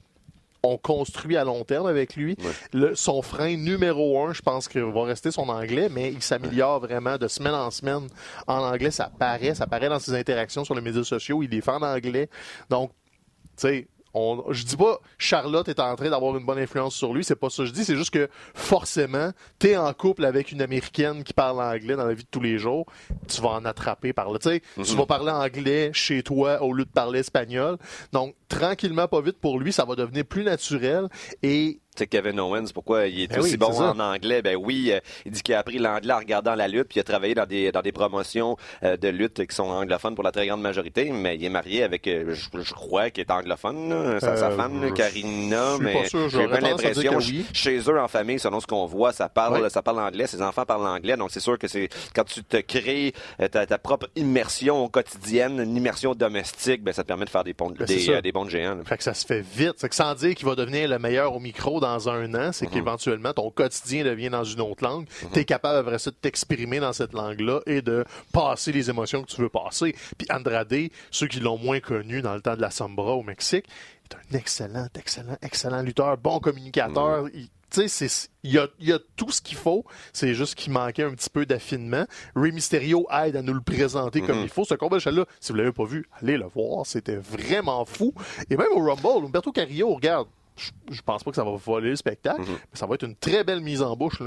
on construit à long terme avec lui. Ouais. Son frein numéro 1, je pense qu'il va rester son anglais, mais il s'améliore vraiment de semaine en semaine. En anglais, ça paraît dans ses interactions sur les médias sociaux. Il les fait en anglais. Donc, tu sais, je dis pas Charlotte est en train d'avoir une bonne influence sur lui, c'est pas ça que je dis, c'est juste que forcément, t'es en couple avec une Américaine qui parle anglais dans la vie de tous les jours, tu vas en attraper par là. Tu sais, tu vas parler anglais chez toi au lieu de parler espagnol. Donc, tranquillement, pas vite pour lui, ça va devenir plus naturel et c'est Kevin Owens, pourquoi il est aussi bon en anglais? Ben oui, il dit qu'il a appris l'anglais en regardant la lutte, puis il a travaillé dans des promotions de lutte qui sont anglophones pour la très grande majorité, mais il est marié avec, je crois qu'il est anglophone, là, sa femme, Karina, mais j'ai bien l'impression, chez eux en famille, selon ce qu'on voit, ça parle anglais, ses enfants parlent anglais, donc c'est sûr que c'est quand tu te crées ta propre immersion quotidienne, une immersion domestique, ben ça te permet de faire des ponts de géants. Là. Fait que ça se fait vite, c'est que sans dire qu'il va devenir le meilleur au micro dans un an, c'est qu'éventuellement, ton quotidien devient dans une autre langue. Tu es capable, après ça, de t'exprimer dans cette langue-là et de passer les émotions que tu veux passer. Puis Andrade, ceux qui l'ont moins connu dans le temps de la Sombra au Mexique, est un excellent lutteur, bon communicateur. Tu sais, il y a tout ce qu'il faut. C'est juste qu'il manquait un petit peu d'affinement. Rey Mysterio aide à nous le présenter comme il faut. Ce combat-là, si vous l'avez pas vu, allez le voir. C'était vraiment fou. Et même au Rumble, Humberto Carrillo, regarde, je pense pas que ça va voler le spectacle, mais ça va être une très belle mise en bouche. Là.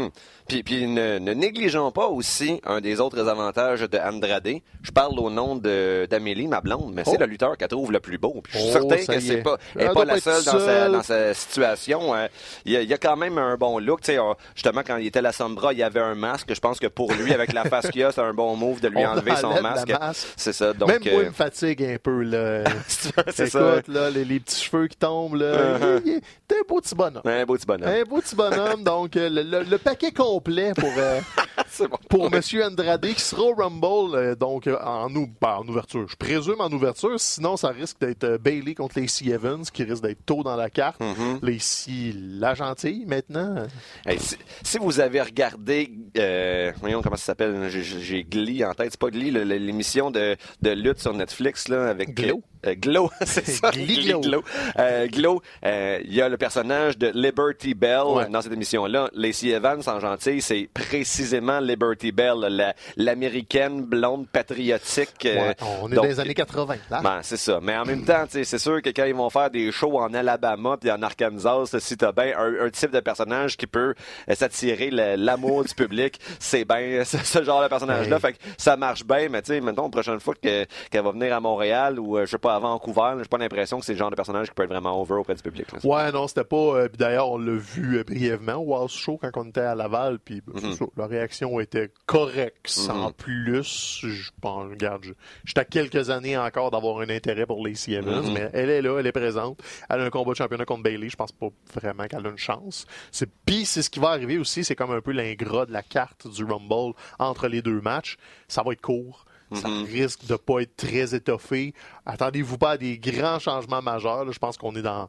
Puis ne négligeons pas aussi un des autres avantages de Andrade. Je parle au nom d'Amélie, ma blonde, mais c'est le lutteur qu'elle trouve le plus beau. Puis je suis certain que elle n'est pas la seule dans sa situation. Il y a quand même un bon look. Justement, quand il était à la Sombra, il y avait un masque. Je pense que pour lui, avec la face qu'il a, c'est un bon move de lui enlever son masque. C'est ça. Donc, même moi, il me fatigue un peu. Là. c'est écoute, là, les petits cheveux qui tombent, là. T'es un beau petit bonhomme. Un beau petit bonhomme. Donc, le paquet complet pour C'est bon. Pour M. Andrade, qui sera au Rumble, donc en ouverture. Je présume en ouverture, sinon ça risque d'être Bayley contre Lacey Evans, qui risque d'être tôt dans la carte. Lacey, la gentille, maintenant. Hey, si vous avez regardé, voyons comment ça s'appelle, j'ai Glee en tête, c'est pas Glee, l'émission de lutte sur Netflix, là, avec... Glow? Glow, c'est ça. Glow. Glow, il y a le personnage de Liberty Bell dans cette émission-là. Lacey Evans, en gentil, c'est précisément Liberty Bell, l'américaine blonde patriotique. On est dans les années 80, là. Ben, c'est ça. Mais en même temps, c'est sûr que quand ils vont faire des shows en Alabama puis en Arkansas, si t'as bien un type de personnage qui peut s'attirer l'amour du public, c'est bien ce genre de personnage-là. Fait que ça marche bien, mais tu sais, mettons, la prochaine fois qu'elle va venir à Montréal ou, je sais pas, à Vancouver, j'ai pas l'impression que c'est le genre de personnage qui peut être vraiment over auprès du public. Là. Ouais, non, c'était pas... puis d'ailleurs, on l'a vu brièvement au House Show quand on était à Laval, puis la réaction était correcte, sans plus. Je pense, regarde, j'étais à quelques années encore d'avoir un intérêt pour Lacey Evans, mais elle est là, elle est présente. Elle a un combat de championnat contre Bayley, je pense pas vraiment qu'elle a une chance. Puis c'est ce qui va arriver aussi, c'est comme un peu l'ingrat de la carte du Rumble entre les deux matchs. Ça va être court. Ça risque de pas être très étoffé. Attendez-vous pas à des grands changements majeurs. Là, je pense qu'on est dans...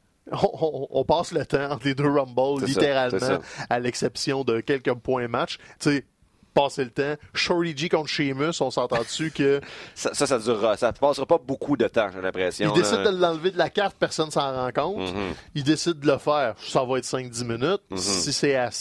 On passe le temps entre les deux Rumbles, littéralement, à l'exception de quelques points match. Tu sais, passer le temps. Shorty G contre Sheamus, on s'entend dessus que... Ça durera. Ça ne passera pas beaucoup de temps, j'ai l'impression. Il décide de l'enlever de la carte, personne ne s'en rend compte. Il décide de le faire, ça va être 5-10 minutes. Si c'est à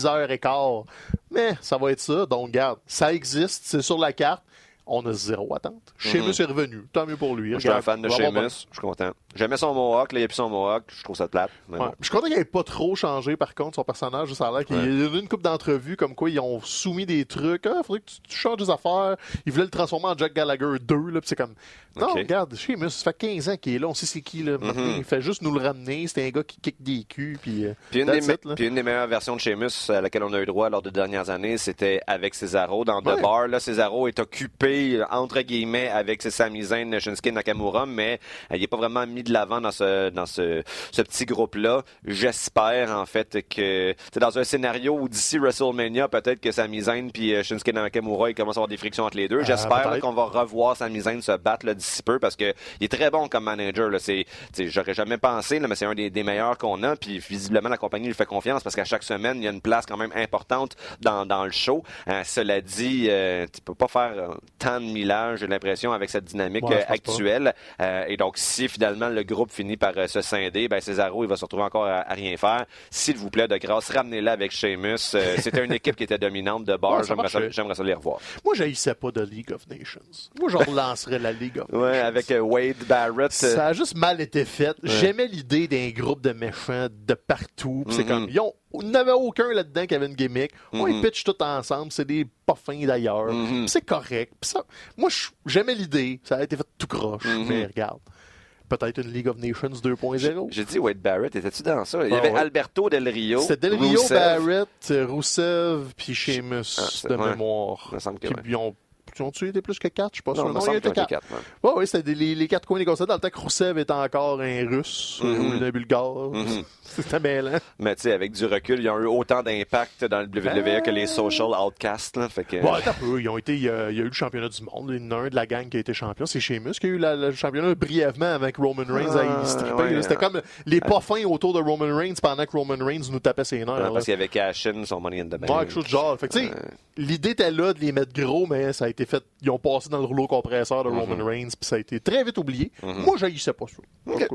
6h15, mais ça va être ça. Donc, regarde, ça existe, c'est sur la carte. On a zéro attente. Sheamus est revenu. Tant mieux pour lui. Moi, je suis un fan de Sheamus. Je suis content. J'aimais son Mohawk. Là, il n'y a plus son Mohawk. Je trouve ça plate. Ouais. Je suis content qu'il n'ait pas trop changé, par contre, son personnage. Ça a l'air qu'il y a eu une couple d'entrevues comme quoi ils ont soumis des trucs. Il faudrait que tu changes des affaires. Ils voulaient le transformer en Jack Gallagher 2. Là, puis c'est comme... Non, regarde, Sheamus, ça fait 15 ans qu'il est là. On sait c'est qui. Là. Il fait juste nous le ramener. C'est un gars qui kick des culs. Puis une des meilleures versions de Sheamus à laquelle on a eu droit lors des dernières années, c'était avec Cesaro dans The Bar. Là, Cesaro est occupé, entre guillemets, avec ses Sami Zayn, Shinsuke Nakamura, mais il n'est pas vraiment mis de l'avant dans ce petit groupe-là. J'espère, en fait, que dans un scénario où d'ici WrestleMania, peut-être que Sami Zayn puis Shinsuke Nakamura, ils commencent à avoir des frictions entre les deux. J'espère qu'on va revoir Sami Zayn se battre là, d'ici peu, parce que il est très bon comme manager. Là. J'aurais jamais pensé, là, mais c'est un des meilleurs qu'on a, puis visiblement, la compagnie lui fait confiance, parce qu'à chaque semaine, il y a une place quand même importante dans le show. Cela dit, tu peux pas faire tant de millage, j'ai l'impression, avec cette dynamique actuelle. Et donc, si finalement le groupe finit par se scinder, ben Cesaro, il va se retrouver encore à rien faire. S'il vous plaît, de grâce, ramenez-la avec Sheamus. C'était une équipe qui était dominante de bord. J'aimerais ça les revoir. Moi, j'haïssais pas de League of Nations. Moi, je relancerais la League of Nations. Ouais, avec Wade Barrett. Ça a juste mal été fait. J'aimais l'idée d'un groupe de méchants de partout. C'est comme, il n'y avait aucun là-dedans qui avait une gimmick. On les pitch tout ensemble. C'est des pas fins d'ailleurs. C'est correct. Moi, j'aimais l'idée. Ça a été fait tout croche. Mais regarde. Peut-être une League of Nations 2.0. J'ai dit Wade Barrett. Étais-tu dans ça? Il y avait Alberto Del Rio. C'était Del Rio, Barrett, Rousseff, puis Sheamus de mémoire. Il me semble que ils ont-tu été plus que 4? Je suis pas sûr. Non, il y a été 4. Oui, c'était les 4 coins négociés. Dans le temps que Rousseff était encore un Russe ou un Bulgare. C'était mêlant. Mais tu sais, avec du recul, ils ont eu autant d'impact dans le WWE que les social outcasts. Là, fait que... attends un peu. Il y a eu le championnat du monde. Il y en a un de la gang qui a été champion. C'est Sheamus qui a eu le championnat brièvement avec Roman Reigns à y stripper. C'était comme les pas fins autour de Roman Reigns pendant que Roman Reigns nous tapait ses nerfs. Parce qu'il y avait Cash-In, son Money in the Bank. Quelque chose de genre. Fait que tu sais, l'idée était là de les mettre gros, mais ça a été fait. Ils ont passé dans le rouleau compresseur de Roman Reigns, puis ça a été très vite oublié. Moi, j'haïssais pas ça.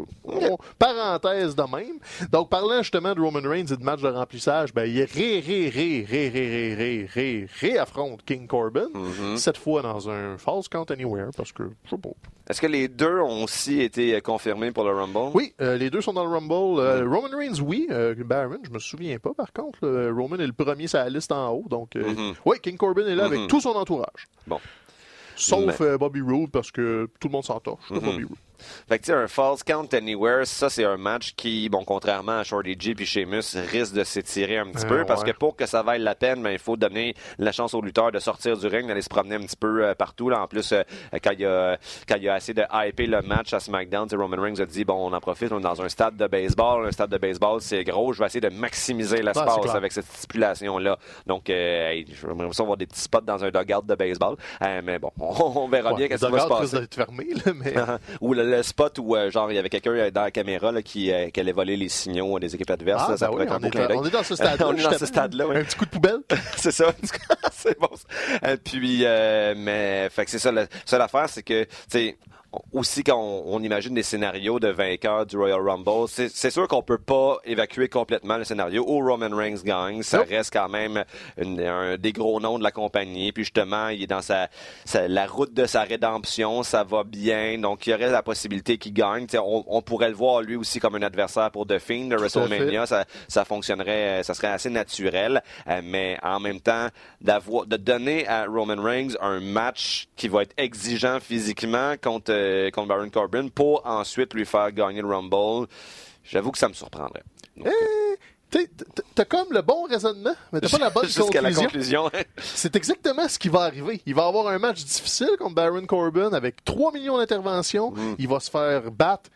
Parenthèse de même. Donc, parlant justement de Roman Reigns et de match de remplissage, ben, il réaffronte King Corbin, cette fois dans un Falls Count Anywhere, parce que, je sais pas. Est-ce que les deux ont aussi été confirmés pour le Rumble? Oui, les deux sont dans le Rumble. Roman Reigns, oui. Baron, je me souviens pas, par contre. Roman est le premier sur la liste en haut. Donc, oui, King Corbin est là avec tout son entourage. Bon. Sauf Bobby Roode, parce que tout le monde s'entorche de Bobby Roode. Fait que tu sais, un Falls Count Anywhere, ça c'est un match qui, bon, contrairement à Shorty G puis Sheamus, risque de s'étirer un petit peu parce que pour que ça vaille la peine, ben, il faut donner la chance au lutteur de sortir du ring, d'aller se promener un petit peu partout. Là. En plus, quand il a essayé de hyper le match à SmackDown, Roman Reigns a dit, bon, on en profite, on est dans un stade de baseball. Un stade de baseball, c'est gros. Je vais essayer de maximiser l'espace avec cette stipulation-là. Donc, j'aimerais ça avoir des petits spots dans un dugout de baseball. Mais bon, on verra bien qu'est-ce qui va se passer. Être fermé, là, mais... Ou le spot où, genre, il y avait quelqu'un dans la caméra là, qui allait voler les signaux des équipes adverses. Ah, là, ça pourrait être un beau clin d'œil. On est dans ce stade-là. On est dans ce stade-là, oui. Un petit coup de poubelle. C'est ça. C'est bon. Puis, mais, fait que c'est ça. La seule affaire, c'est que, tu sais, aussi quand on imagine des scénarios de vainqueurs du Royal Rumble, c'est sûr qu'on peut pas évacuer complètement le scénario où Roman Reigns gagne. Ça reste quand même un des gros noms de la compagnie. Puis justement, il est dans la route de sa rédemption. Ça va bien. Donc, il y aurait la possibilité qu'il gagne. On pourrait le voir lui aussi comme un adversaire pour The Fiend de WrestleMania. Ça fonctionnerait, ça serait assez naturel. Mais en même temps, de donner à Roman Reigns un match qui va être exigeant physiquement contre Baron Corbin pour ensuite lui faire gagner le Rumble, j'avoue que ça me surprendrait. Donc, t'as comme le bon raisonnement, mais t'as pas la bonne jusqu'à la conclusion. C'est exactement ce qui va arriver. Il va avoir un match difficile contre Baron Corbin avec 3 millions d'interventions. Il va se faire battre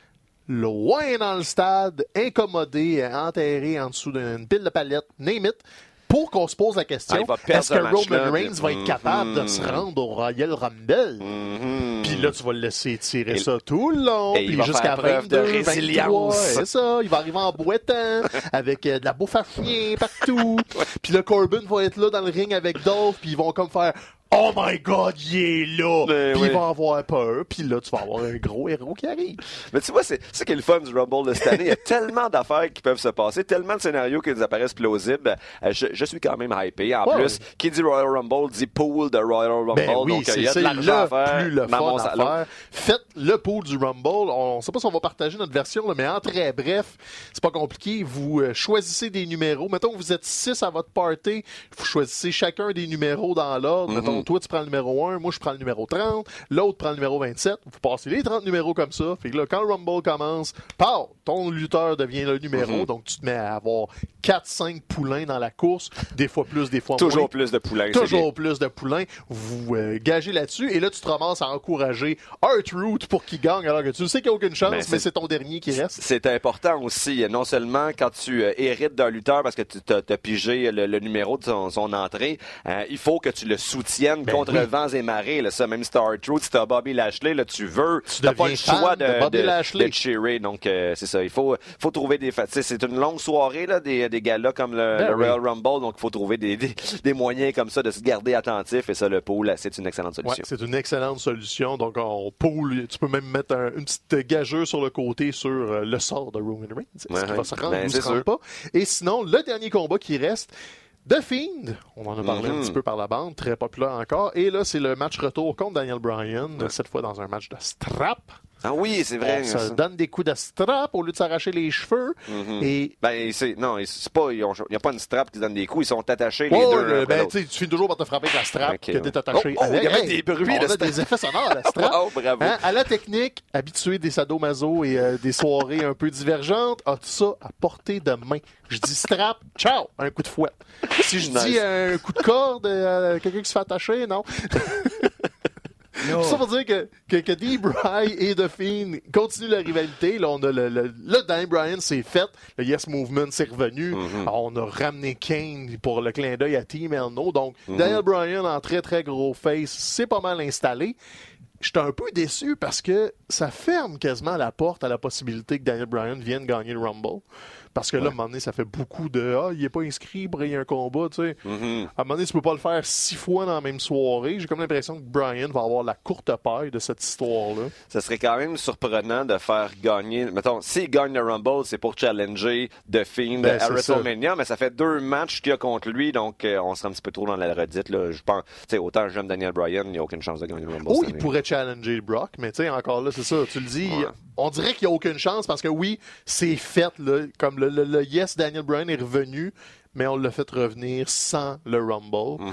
loin dans le stade, incommodé, enterré en dessous d'une pile de palettes, name it. Pour qu'on se pose la question, est-ce que Roman Reigns va être capable de se rendre au Royal Rumble? Puis là, tu vas le laisser tirer ça tout le long, puis jusqu'à 22, 23. C'est ça, il va arriver en boitant, avec de la bouffe à chien partout. Puis le Corbin va être là dans le ring avec Dolph, puis ils vont comme faire... Oh my God, il est là! Puis il va avoir peur, puis là, tu vas avoir un gros héros qui arrive. Mais tu vois, c'est ça qui est le fun du Rumble de cette année. Il y a tellement d'affaires qui peuvent se passer, tellement de scénarios qui nous apparaissent plausibles. Je suis quand même hypé. En plus, qui dit Royal Rumble dit pool de Royal Rumble. Oui, donc il y a de l'argent à faire. Plus le fun à faire. Faites le pool du Rumble. On ne sait pas si on va partager notre version, là, mais en très bref, c'est pas compliqué. Vous choisissez des numéros. Mettons que vous êtes 6 à votre party. Vous choisissez chacun des numéros dans l'ordre. Mettons, toi, tu prends le numéro 1, moi, je prends le numéro 30, l'autre prend le numéro 27. Vous passez les 30 numéros comme ça. Fait que là, quand le Rumble commence, ton lutteur devient le numéro. Donc, tu te mets à avoir 4-5 poulains dans la course. Des fois plus, des fois moins. Toujours plus de poulains. Toujours plus de poulains. Vous gagez là-dessus. Et là, tu te ramasses à encourager R-Truth pour qu'il gagne, alors que tu sais qu'il n'y a aucune chance, mais c'est ton dernier qui reste. C'est important aussi. Non seulement quand tu hérites d'un lutteur parce que tu as pigé le numéro de son entrée, il faut que tu le soutiennes contre vents et marées. Là, ça, même si t'as R-Truth, si t'as Bobby Lashley, là, tu n'as pas le choix de cheerer. Donc, c'est ça. Il faut trouver des... C'est une longue soirée, là, des galas comme le Royal Rumble, donc il faut trouver des moyens comme ça de se garder attentif, et ça, le pool, c'est une excellente solution. Ouais, c'est une excellente solution. Donc, on pool, tu peux même mettre une petite gageure sur le côté sur le sort de Roman Reigns. Est-ce qu'il va se rendre ou se rendre pas? Et sinon, le dernier combat qui reste, The Fiend, on en a parlé un petit peu par la bande, très populaire encore. Et là, c'est le match retour contre Daniel Bryan, cette fois dans un match de strap. Ah oui, c'est vrai. On se donne des coups de strap au lieu de s'arracher les cheveux. Et... c'est pas, il n'y a pas une strap qui donne des coups, ils sont attachés les deux. Tu finis toujours par te frapper avec la strap que t'es attaché avec. Il y a même des bruits de des effets sonores à la strap. Bravo. À la technique, habitué des sadomaso et des soirées un peu divergentes, tout ça à portée de main. Je dis strap, ciao, un coup de fouet. Si je dis un coup de corde, quelqu'un qui se fait attacher, non. Ça pour dire que D-Bry et The Fiend continuent la rivalité. Là, on a là, Daniel Bryan s'est fait. Le Yes Movement s'est revenu. Alors, on a ramené Kane pour le clin d'œil à Team Elno. Donc, Daniel Bryan en très, très gros face, c'est pas mal installé. J'étais un peu déçu parce que ça ferme quasiment la porte à la possibilité que Daniel Bryan vienne gagner le Rumble. Parce que là, à un moment donné, ça fait beaucoup de « Ah, il n'est pas inscrit pour y a un combat », tu sais. À un moment donné, tu peux pas le faire 6 fois dans la même soirée. J'ai comme l'impression que Bryan va avoir la courte paille de cette histoire-là. Ça serait quand même surprenant de faire gagner... Mettons, s'il gagne le Rumble, c'est pour challenger The Fiend à WrestleMania, mais ça fait 2 matchs qu'il y a contre lui, donc on serait un petit peu trop dans la redite, là. Je pense, tu sais, autant j'aime Daniel Bryan, il n'y a aucune chance de gagner le Rumble. Oh, il pourrait challenger Brock, mais tu sais, encore là, c'est ça, tu le dis... On dirait qu'il n'y a aucune chance parce que oui, c'est fait, là, comme le Yes Daniel Bryan est revenu, mais on l'a fait revenir sans le Rumble.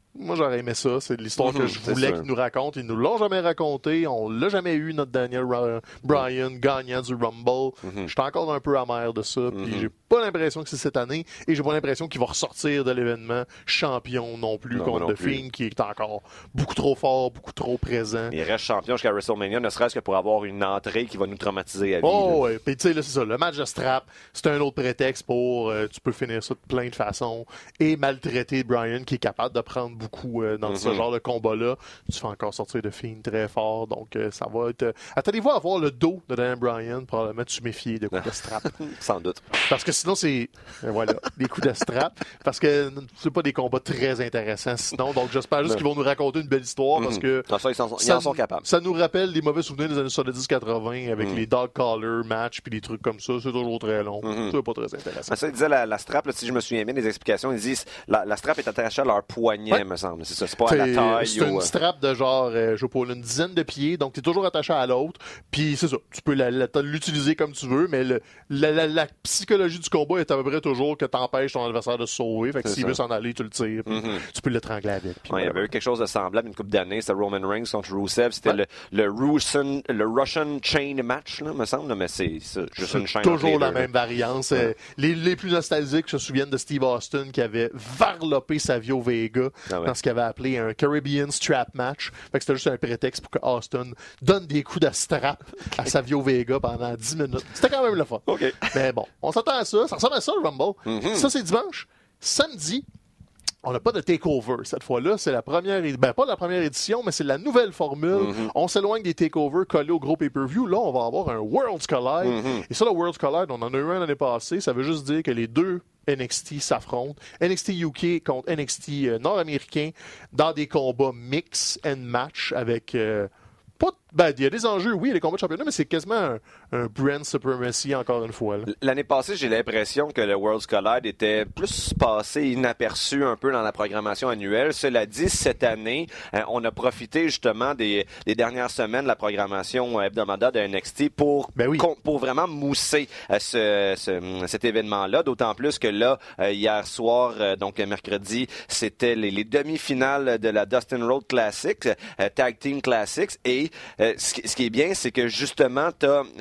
Moi, j'aurais aimé ça. C'est l'histoire que je voulais qu'ils nous racontent. Ils nous l'ont jamais raconté. On l'a jamais eu, notre Daniel Bryan gagnant du Rumble. J'étais encore un peu amer de ça. Puis j'ai pas l'impression que c'est cette année. Et j'ai pas l'impression qu'il va ressortir de l'événement champion non plus contre The Fiend, qui est encore beaucoup trop fort, beaucoup trop présent. Il reste champion jusqu'à WrestleMania, ne serait-ce que pour avoir une entrée qui va nous traumatiser à vie. Oh, ouais. Puis tu sais, là, c'est ça. Le match de strap, c'est un autre prétexte pour tu peux finir ça de plein de façons et maltraiter Bryan, qui est capable de prendre beaucoup dans ce genre de combat-là. Tu fais encore sortir de Fiend très fort, donc ça va être... Attendez-vous à voir le dos de Daniel Bryan, probablement tu méfier de coups de strap. Sans doute. Parce que sinon, c'est... Voilà, des coups de strap. Parce que c'est pas des combats très intéressants sinon, donc j'espère juste qu'ils vont nous raconter une belle histoire, parce que... Non, ça, ils en sont capables. Ça nous rappelle des mauvais souvenirs des années 70-80 avec les dog collar match puis des trucs comme ça. C'est toujours très long. C'est pas très intéressant. Ça, il disait la strap, là, si je me souviens bien des explications, ils disent la strap est attachée à leur poignet, me semble. C'est ça, c'est pas à la taille. C'est une strap de genre, je sais pas, une dizaine de pieds, donc t'es toujours attaché à l'autre. Puis c'est ça, tu peux l'utiliser comme tu veux, mais la psychologie du combat est à peu près toujours que t'empêches ton adversaire de se sauver. Fait que s'il veut s'en aller, tu le tires. Tu peux l'étrangler avec. Il y avait eu quelque chose de semblable une couple d'années, c'était Roman Reigns contre Rusev. C'était le Russian Chain Match, là, me semble, mais c'est juste une chaîne. Toujours la même variance. Les plus nostalgiques se souviennent de Steve Austin qui avait varlopé Savio Vega dans ce qu'il avait appelé un Caribbean Strap Match. Fait que c'était juste un prétexte pour que Austin donne des coups de strap à Savio Vega pendant 10 minutes. C'était quand même le fun. Mais bon, on s'attend à ça. Ça ressemble à ça, le Rumble. Ça, c'est dimanche. Samedi, on n'a pas de takeover. Cette fois-là, c'est la première... pas la première édition, mais c'est la nouvelle formule. On s'éloigne des takeovers collés au gros pay-per-view. Là, on va avoir un Worlds Collide. Et ça, le Worlds Collide, on en a eu un l'année passée. Ça veut juste dire que les deux NXT s'affrontent. NXT UK contre NXT nord-américain dans des combats mix and match avec... il y a des enjeux, oui, les combats de championnat, mais c'est quasiment un brand supremacy encore une fois. Là. L'année passée, j'ai l'impression que le Worlds Collide était plus passé inaperçu un peu dans la programmation annuelle. Cela dit, cette année, on a profité justement des dernières semaines de la programmation hebdomadaire de NXT pour vraiment mousser cet événement-là. D'autant plus que là, hier soir, donc mercredi, c'était les demi-finales de la Dustin Road Classics, Tag Team Classics, et ce qui est bien, c'est que justement,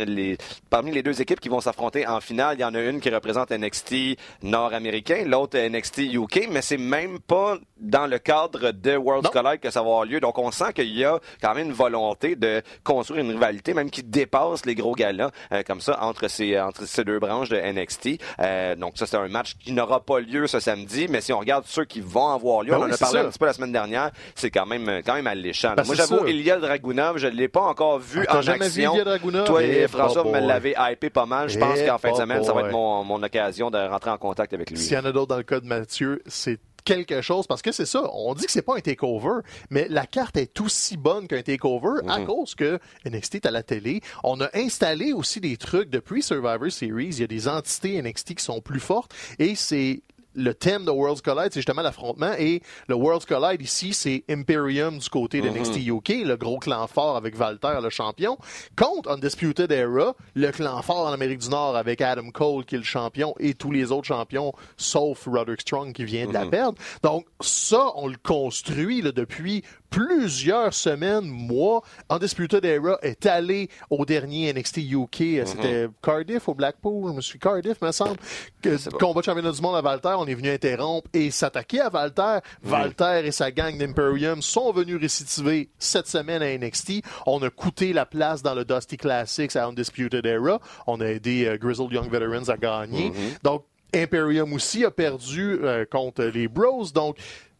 parmi les deux équipes qui vont s'affronter en finale, il y en a une qui représente NXT nord-américain, l'autre NXT UK, mais c'est même pas dans le cadre de Worlds Collide que ça va avoir lieu. Donc, on sent qu'il y a quand même une volonté de construire une rivalité, même qui dépasse les gros galas, comme ça, entre ces deux branches de NXT. Donc, ça, c'est un match qui n'aura pas lieu ce samedi, mais si on regarde ceux qui vont avoir lieu, on en a parlé un petit peu la semaine dernière, c'est quand même alléchant. Moi, j'avoue, Ilya Dragunov, je ne l'ai pas encore vu en action. Toi et François, vous me l'avez hypé pas mal. Je pense qu'en fin de semaine, ça va être mon occasion de rentrer en contact avec lui. S'il y en a d'autres dans le cas de Mathieu, c'est quelque chose, parce que c'est ça, on dit que c'est pas un takeover, mais la carte est aussi bonne qu'un takeover à cause que NXT est à la télé. On a installé aussi des trucs depuis Survivor Series. Il y a des entités NXT qui sont plus fortes et c'est le thème de Worlds Collide, c'est justement l'affrontement. Et le Worlds Collide ici, c'est Imperium du côté de NXT UK, le gros clan fort avec Walter, le champion, contre Undisputed Era, le clan fort en Amérique du Nord avec Adam Cole qui est le champion et tous les autres champions, sauf Roderick Strong qui vient de la perdre. Donc ça, on le construit là, depuis plusieurs semaines, mois. Undisputed Era est allé au dernier NXT UK. C'était Cardiff ou Blackpool? Je me suis Cardiff, me semble. Combat de championnat du monde à Walter. On est venu interrompre et s'attaquer à Walter. Walter et sa gang d'Imperium sont venus récidiver cette semaine à NXT. On a coûté la place dans le Dusty Classics à Undisputed Era. On a aidé Grizzled Young Veterans à gagner. Donc, Imperium aussi a perdu contre les Bros. Donc,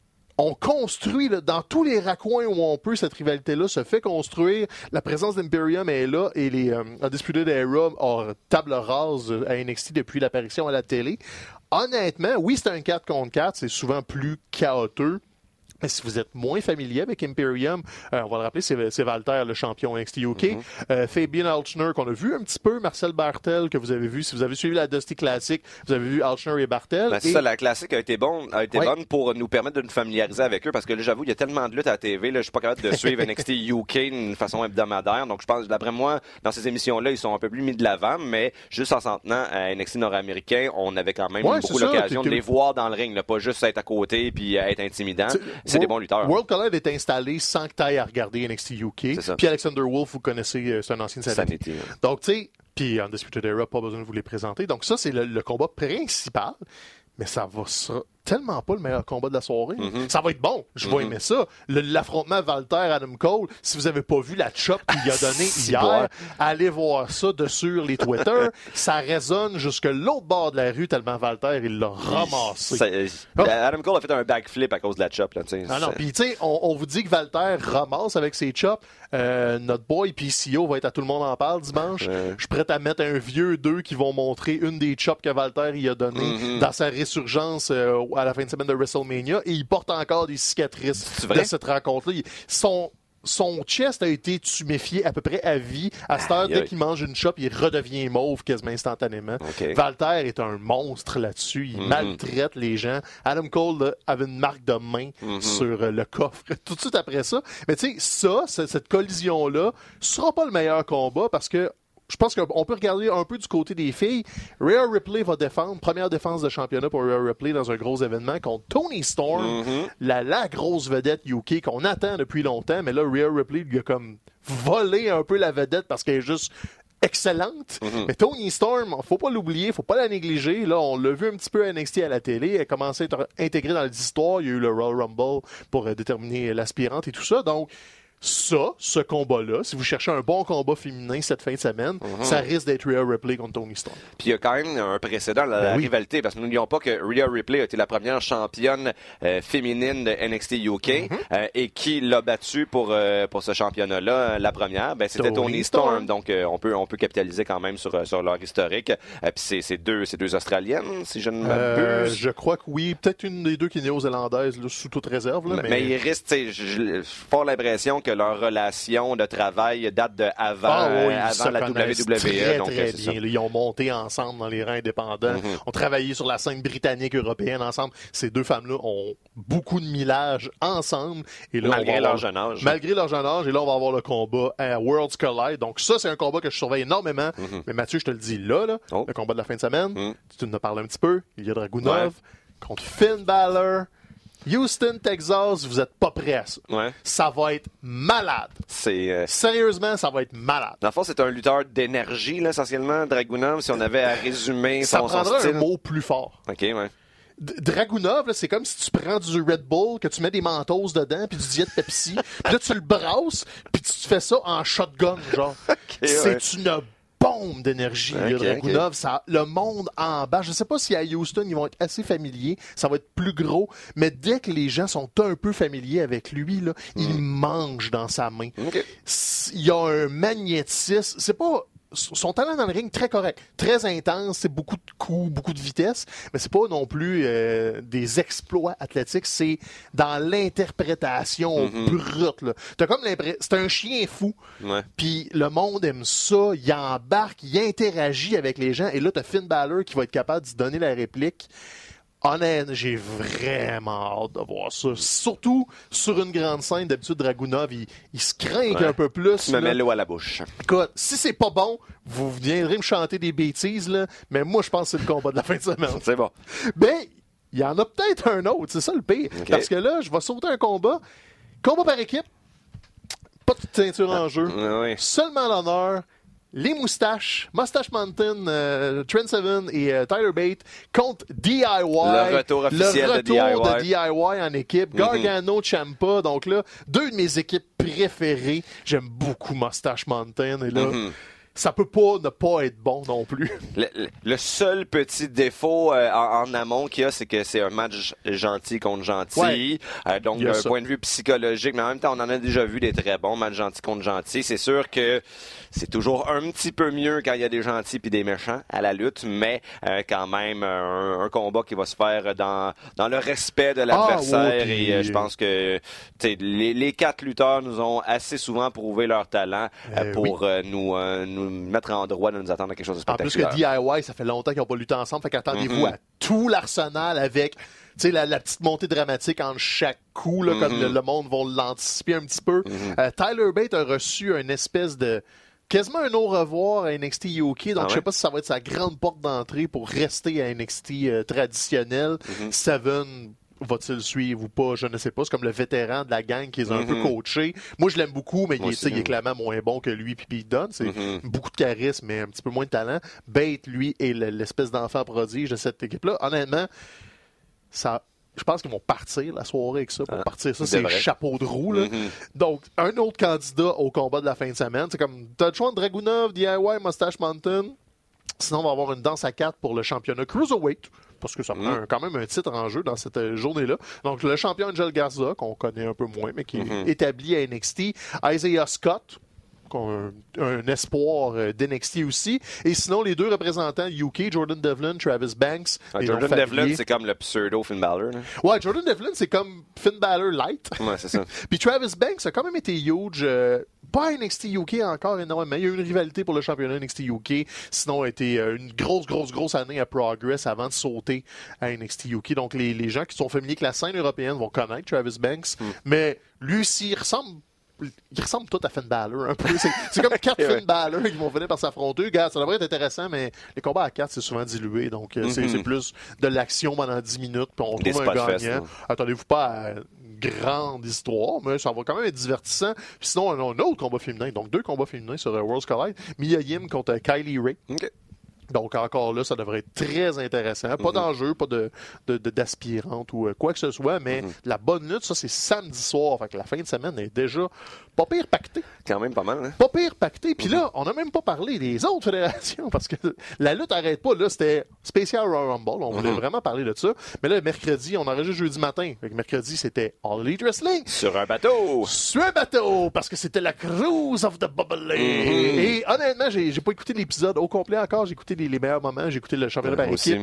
on construit là, dans tous les raccoins où on peut, cette rivalité-là se fait construire. La présence d'Imperium est là et les Undisputed Era ont table rase à NXT depuis l'apparition à la télé. Honnêtement, oui, c'est un 4 contre 4, c'est souvent plus chaotique. Mais si vous êtes moins familier avec Imperium, on va le rappeler, c'est Walter, le champion NXT UK. Fabian Alchner, qu'on a vu un petit peu. Marcel Bartel, que vous avez vu. Si vous avez suivi la Dusty Classic, vous avez vu Alchner et Bartel. C'est ça, la classique a été bonne pour nous permettre de nous familiariser avec eux, parce que là, j'avoue, il y a tellement de luttes à la TV, là, je suis pas capable de suivre NXT UK d'une façon hebdomadaire. Donc, je pense, d'après moi, dans ces émissions-là, ils sont un peu plus mis de l'avant, mais juste en s'en tenant à NXT nord-américain, on avait quand même beaucoup l'occasion de les voir dans le ring, là, pas juste être à côté puis être intimidant. C'est des bons lutteurs. World Collide est installé sans que tu ailles à regarder NXT UK. Puis Alexander Wolf, vous connaissez, c'est un ancien Sanity. Donc, tu sais, puis Undisputed Era, pas besoin de vous les présenter. Donc, ça, c'est le combat principal. Mais ça va tellement pas le meilleur combat de la soirée. Ça va être bon. Je vais aimer ça. L'affrontement Walter-Adam Cole, si vous avez pas vu la chop qu'il a donné hier, allez voir ça sur les Twitter. Ça résonne jusque l'autre bord de la rue tellement Walter, il l'a ramassé. Adam Cole a fait un backflip à cause de la chop. Là, non. Puis tu sais, on vous dit que Walter ramasse avec ses chops. Notre boy PCO va être à Tout le monde en parle dimanche. Je suis prêt à mettre un vieux 2 qui vont montrer une des chops que Walter y a donné dans sa résurgence à la fin de semaine de WrestleMania, et il porte encore des cicatrices de cette rencontre-là. Son chest a été tuméfié à peu près à vie. À cette heure, dès qu'il mange une chop, il redevient mauve quasiment instantanément. Walter est un monstre là-dessus. Il maltraite les gens. Adam Cole là, avait une marque de main sur le coffre tout de suite après ça. Mais tu sais, cette collision-là sera pas le meilleur combat parce que je pense qu'on peut regarder un peu du côté des filles. Rhea Ripley va défendre. Première défense de championnat pour Rhea Ripley dans un gros événement contre Toni Storm, la grosse vedette UK qu'on attend depuis longtemps. Mais là, Rhea Ripley lui a comme volé un peu la vedette parce qu'elle est juste excellente. Mais Toni Storm, faut pas l'oublier, faut pas la négliger. Là, on l'a vu un petit peu à NXT à la télé. Elle a commencé à être intégrée dans l'histoire. Il y a eu le Royal Rumble pour déterminer l'aspirante et tout ça. Donc, ce combat-là, si vous cherchez un bon combat féminin cette fin de semaine, ça risque d'être Rhea Ripley contre Toni Storm. Puis il y a quand même un précédent dans la rivalité, parce que n'oublions pas que Rhea Ripley a été la première championne féminine de NXT UK et qui l'a battue pour ce championnat-là, la première, c'était Toni Storm. Donc on peut capitaliser quand même sur leur historique. Puis c'est deux Australiennes, si je ne m'abuse. Je crois que oui. Peut-être une des deux qui est néo-zélandaise, là, sous toute réserve. Là, mais il reste, j'ai fort l'impression que leur relation de travail date de avant la WWE. Très bien. Là, ils ont monté ensemble dans les rangs indépendants. Ont travaillé sur la scène britannique, européenne ensemble. Ces deux femmes-là ont beaucoup de millage ensemble. Et là, malgré leur jeune âge. Malgré leur jeune âge. Et là, on va avoir le combat à Worlds Collide. Donc ça, c'est un combat que je surveille énormément. Mais Mathieu, je te le dis là, le combat de la fin de semaine, tu nous en parles un petit peu. Il y a Dragunov contre Finn Balor. Houston, Texas, vous êtes pas prêts à ça. Ça va être malade. Sérieusement, ça va être malade. Dans le fond, c'est un lutteur d'énergie, là, essentiellement, Dragunov, si on avait à résumer ça son prendrait style. Un mot plus fort. OK, ouais. Dragunov, là, c'est comme si tu prends du Red Bull, que tu mets des Mentos dedans, puis du Diet Pepsi, puis là, tu le brasses, puis tu fais ça en shotgun, genre. C'est une bombe d'énergie, Dragunov. Ça, le monde en bas. Je sais pas si à Houston, ils vont être assez familiers. Ça va être plus gros. Mais dès que les gens sont un peu familiers avec lui, là, il mange dans sa main. Il y a un magnétisme. C'est pas... Son talent dans le ring, très correct. Très intense, c'est beaucoup de coups, beaucoup de vitesse, mais c'est pas non plus des exploits athlétiques, c'est dans l'interprétation brute. Là. T'as comme l'impression... C'est un chien fou, puis le monde aime ça, il embarque, il interagit avec les gens, et là, t'as Finn Balor qui va être capable de donner la réplique. Honnêtement, j'ai vraiment hâte de voir ça. Surtout sur une grande scène. D'habitude, Dragunov, il se craint un peu plus. Tu me mets l'eau à la bouche. Écoute, si c'est pas bon, vous viendrez me chanter des bêtises, là, mais moi, je pense que c'est le combat de la fin de semaine. C'est bon. Ben, il y en a peut-être un autre, c'est ça le pire. Parce que là, je vais sauter un combat. Combat par équipe. Pas de ceinture en jeu. Seulement l'honneur. Les moustaches, Mustache Mountain, Trent Seven et Tyler Bate contre DIY. Le retour officiel de DIY en équipe. Gargano, Ciampa. Donc là, deux de mes équipes préférées. J'aime beaucoup Mustache Mountain. Et là, ça peut pas ne pas être bon non plus. Le seul petit défaut en amont qu'il y a, c'est que c'est un match gentil contre gentil. Donc, d'un point de vue psychologique, mais en même temps, on en a déjà vu des très bons matchs gentil contre gentil. C'est sûr que c'est toujours un petit peu mieux quand il y a des gentils puis des méchants à la lutte, mais quand même, un combat qui va se faire dans le respect de l'adversaire. Et je pense que les quatre lutteurs nous ont assez souvent prouvé leur talent pour nous mettre en droit de nous attendre à quelque chose de spectaculaire. En plus que DIY, ça fait longtemps qu'ils n'ont pas lutté ensemble, fait qu'attendez-vous à tout l'arsenal avec la petite montée dramatique entre chaque coup, là, comme le monde va l'anticiper un petit peu. Tyler Bate a reçu une espèce de... quasiment un au revoir à NXT UK, donc je sais pas si ça va être sa grande porte d'entrée pour rester à NXT traditionnel. Seven... Va-t-il suivre ou pas? Je ne sais pas. C'est comme le vétéran de la gang qui est un peu coaché. Moi, je l'aime beaucoup, mais il est clairement moins bon que lui puis Pete Dunne. C'est beaucoup de charisme, mais un petit peu moins de talent. Bate, lui, est l'espèce d'enfant prodige de cette équipe-là. Honnêtement, je pense qu'ils vont partir la soirée avec ça. Pour partir ça, c'est chapeau de roue. Là. Donc, un autre candidat au combat de la fin de semaine, c'est comme t'as le choix de Dragunov, DIY, Mustache Mountain. Sinon, on va avoir une danse à 4 pour le championnat Cruiserweight, parce que ça prend quand même un titre en jeu dans cette journée-là. Donc, le champion Angel Garza, qu'on connaît un peu moins, mais qui est établi à NXT. Isaiah Scott, un espoir d'NXT aussi. Et sinon, les deux représentants UK, Jordan Devlin, Travis Banks. Jordan Devlin, c'est comme le pseudo Finn Balor. Là. Ouais, Jordan Devlin, c'est comme Finn Balor light. Ouais, c'est ça. Puis Travis Banks a quand même été huge. Pas NXT UK encore énormément. Il y a eu une rivalité pour le championnat NXT UK. Sinon, a été une grosse année à Progress avant de sauter à NXT UK. Donc, les gens qui sont familiers avec la scène européenne vont connaître Travis Banks. Mais lui aussi, il ressemble tout à Finn Balor un peu. C'est comme 4 Finn Balor qui vont venir par s'affronter. Regarde, ça devrait être intéressant, mais les combats à 4, c'est souvent dilué. Donc, c'est plus de l'action pendant 10 minutes, puis on trouve un gagnant. Attendez-vous pas à grande histoire, mais ça va quand même être divertissant. Puis sinon, on a un autre combat féminin. Donc, 2 combats féminins sur Worlds Collide. Mia Yim contre Kylie Ray. Okay. Donc, encore là, ça devrait être très intéressant. Pas d'enjeu, pas d'aspirante ou quoi que ce soit, mais la bonne lutte, ça, c'est samedi soir. Fait que la fin de semaine est déjà pas pire pactée. Quand même pas mal, hein? Pas pire pactée. Puis là, on n'a même pas parlé des autres fédérations parce que la lutte n'arrête pas. Là, c'était spécial Royal Rumble. On voulait vraiment parler de ça. Mais là, mercredi, on enregistre jeudi matin. Fait que mercredi, c'était All Elite Wrestling. Sur un bateau! Sur un bateau! Parce que c'était la Cruise of the Bubble. Et honnêtement, j'ai pas écouté l'épisode au complet encore. J'ai écouté les meilleurs moments. J'ai écouté le championnat par équipe.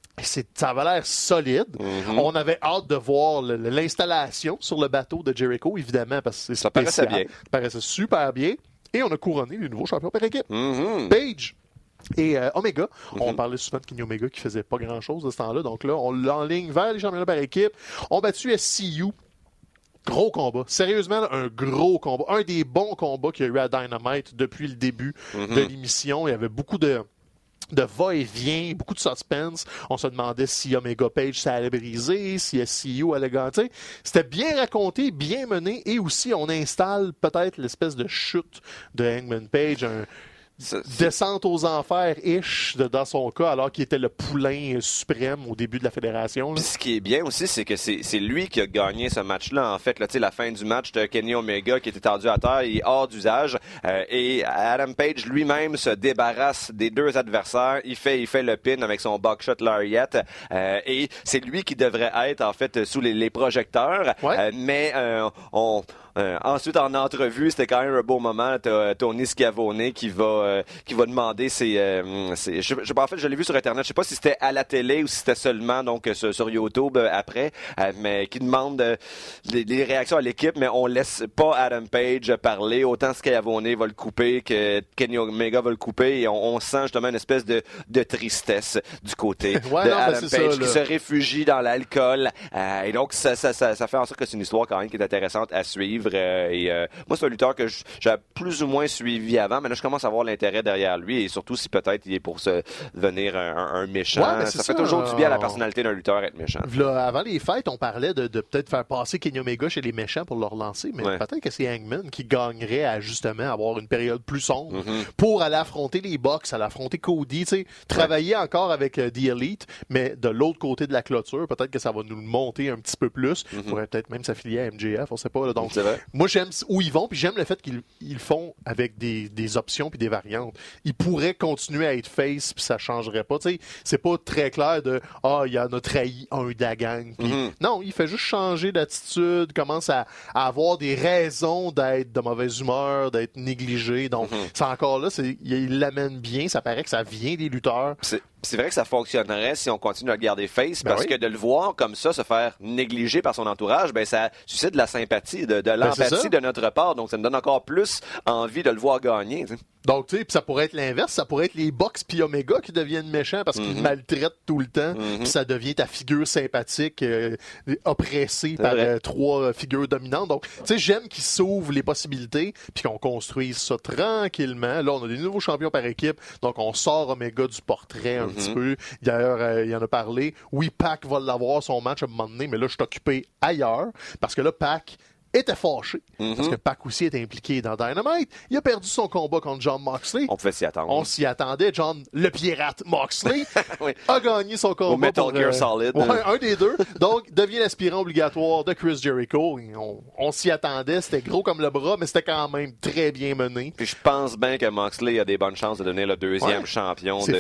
Ça avait l'air solide. On avait hâte de voir l'installation sur le bateau de Jericho, évidemment, parce que c'est ça paraissait bien. Ça paraissait super bien. Et on a couronné les nouveaux champions par équipe. Page et Omega. On parlait souvent de Kenny Omega qui faisait pas grand-chose de ce temps-là. Donc là, on l'enligne vers les championnats par équipe. On battu SCU. Gros combat. Sérieusement, un gros combat. Un des bons combats qu'il y a eu à Dynamite depuis le début de l'émission. Il y avait beaucoup de va-et-vient, beaucoup de suspense. On se demandait si Omega Page ça allait briser, si SCU allait gagner. C'était bien raconté, bien mené, et aussi on installe peut-être l'espèce de chute de Hangman Page, descente aux enfers-ish dans son cas, alors qu'il était le poulain suprême au début de la fédération. Puis ce qui est bien aussi, c'est que c'est lui qui a gagné ce match-là. En fait, là, la fin du match de Kenny Omega qui était tendu à terre, il est hors d'usage. Et Adam Page lui-même se débarrasse des deux adversaires. Il fait le pin avec son buckshot lariat. Et c'est lui qui devrait être, en fait, sous les projecteurs. Ouais. Mais ensuite, en entrevue, c'était quand même un beau moment. T'as Tony Schiavone qui va demander en fait, je l'ai vu sur Internet. Je sais pas si c'était à la télé ou si c'était seulement donc sur YouTube après, mais qui demande les réactions à l'équipe, mais on laisse pas Adam Page parler. Autant Schiavone va le couper que Kenny Omega va le couper, et on sent justement une espèce de tristesse du côté de Adam Page qui se réfugie dans l'alcool. Et donc, ça fait en sorte que c'est une histoire quand même qui est intéressante à suivre. Moi, c'est un lutteur que j'ai plus ou moins suivi avant, mais là, je commence à voir l'intérêt derrière lui, et surtout si peut-être il est pour se devenir un méchant. Ouais, ça fait toujours du bien à la personnalité d'un lutteur être méchant. Là, avant les fêtes, on parlait de peut-être faire passer Kenny Omega chez les méchants pour le relancer, mais peut-être que c'est Hangman qui gagnerait à justement avoir une période plus sombre pour aller affronter les Bucks, aller affronter Cody, travailler encore avec The Elite, mais de l'autre côté de la clôture, peut-être que ça va nous le monter un petit peu plus. Il pourrait peut-être même s'affilier à MJF, on sait pas. Là, donc, moi, j'aime où ils vont, puis j'aime le fait qu'ils font avec des options puis des variantes. Ils pourraient continuer à être face, puis ça changerait pas. T'sais, c'est pas très clair de « Ah, il en a trahi un de la gang. » Non, il fait juste changer d'attitude, commence à avoir des raisons d'être de mauvaise humeur, d'être négligé. Donc, c'est encore là, il l'amène bien. Ça paraît que ça vient des lutteurs. C'est vrai que ça fonctionnerait si on continue à le garder face, parce que de le voir comme ça se faire négliger par son entourage, ça suscite de la sympathie, de l'empathie de notre part. Donc, ça me donne encore plus envie de le voir gagner. T'sais. Donc, tu sais, ça pourrait être l'inverse. Ça pourrait être les Bucks puis Omega qui deviennent méchants parce qu'ils maltraitent tout le temps. Puis ça devient ta figure sympathique, oppressée par 3 figures dominantes. Donc, tu sais, j'aime qu'ils s'ouvrent les possibilités puis qu'on construise ça tranquillement. Là, on a des nouveaux champions par équipe. Donc, on sort Omega du portrait un petit peu. D'ailleurs, il en a parlé. Oui, Pac va l'avoir, son match à un moment donné, mais là, je suis occupé ailleurs. Parce que là, Pac était fâché. Parce que Pac aussi était impliqué dans Dynamite. Il a perdu son combat contre Jon Moxley. On pouvait s'y attendre. On s'y attendait. John, le pirate Moxley, a gagné son combat. Au Metal Gear Solid. Ouais, un des deux. Donc, devient l'aspirant obligatoire de Chris Jericho. On s'y attendait. C'était gros comme le bras, mais c'était quand même très bien mené. Puis je pense bien que Moxley a des bonnes chances de devenir le deuxième champion de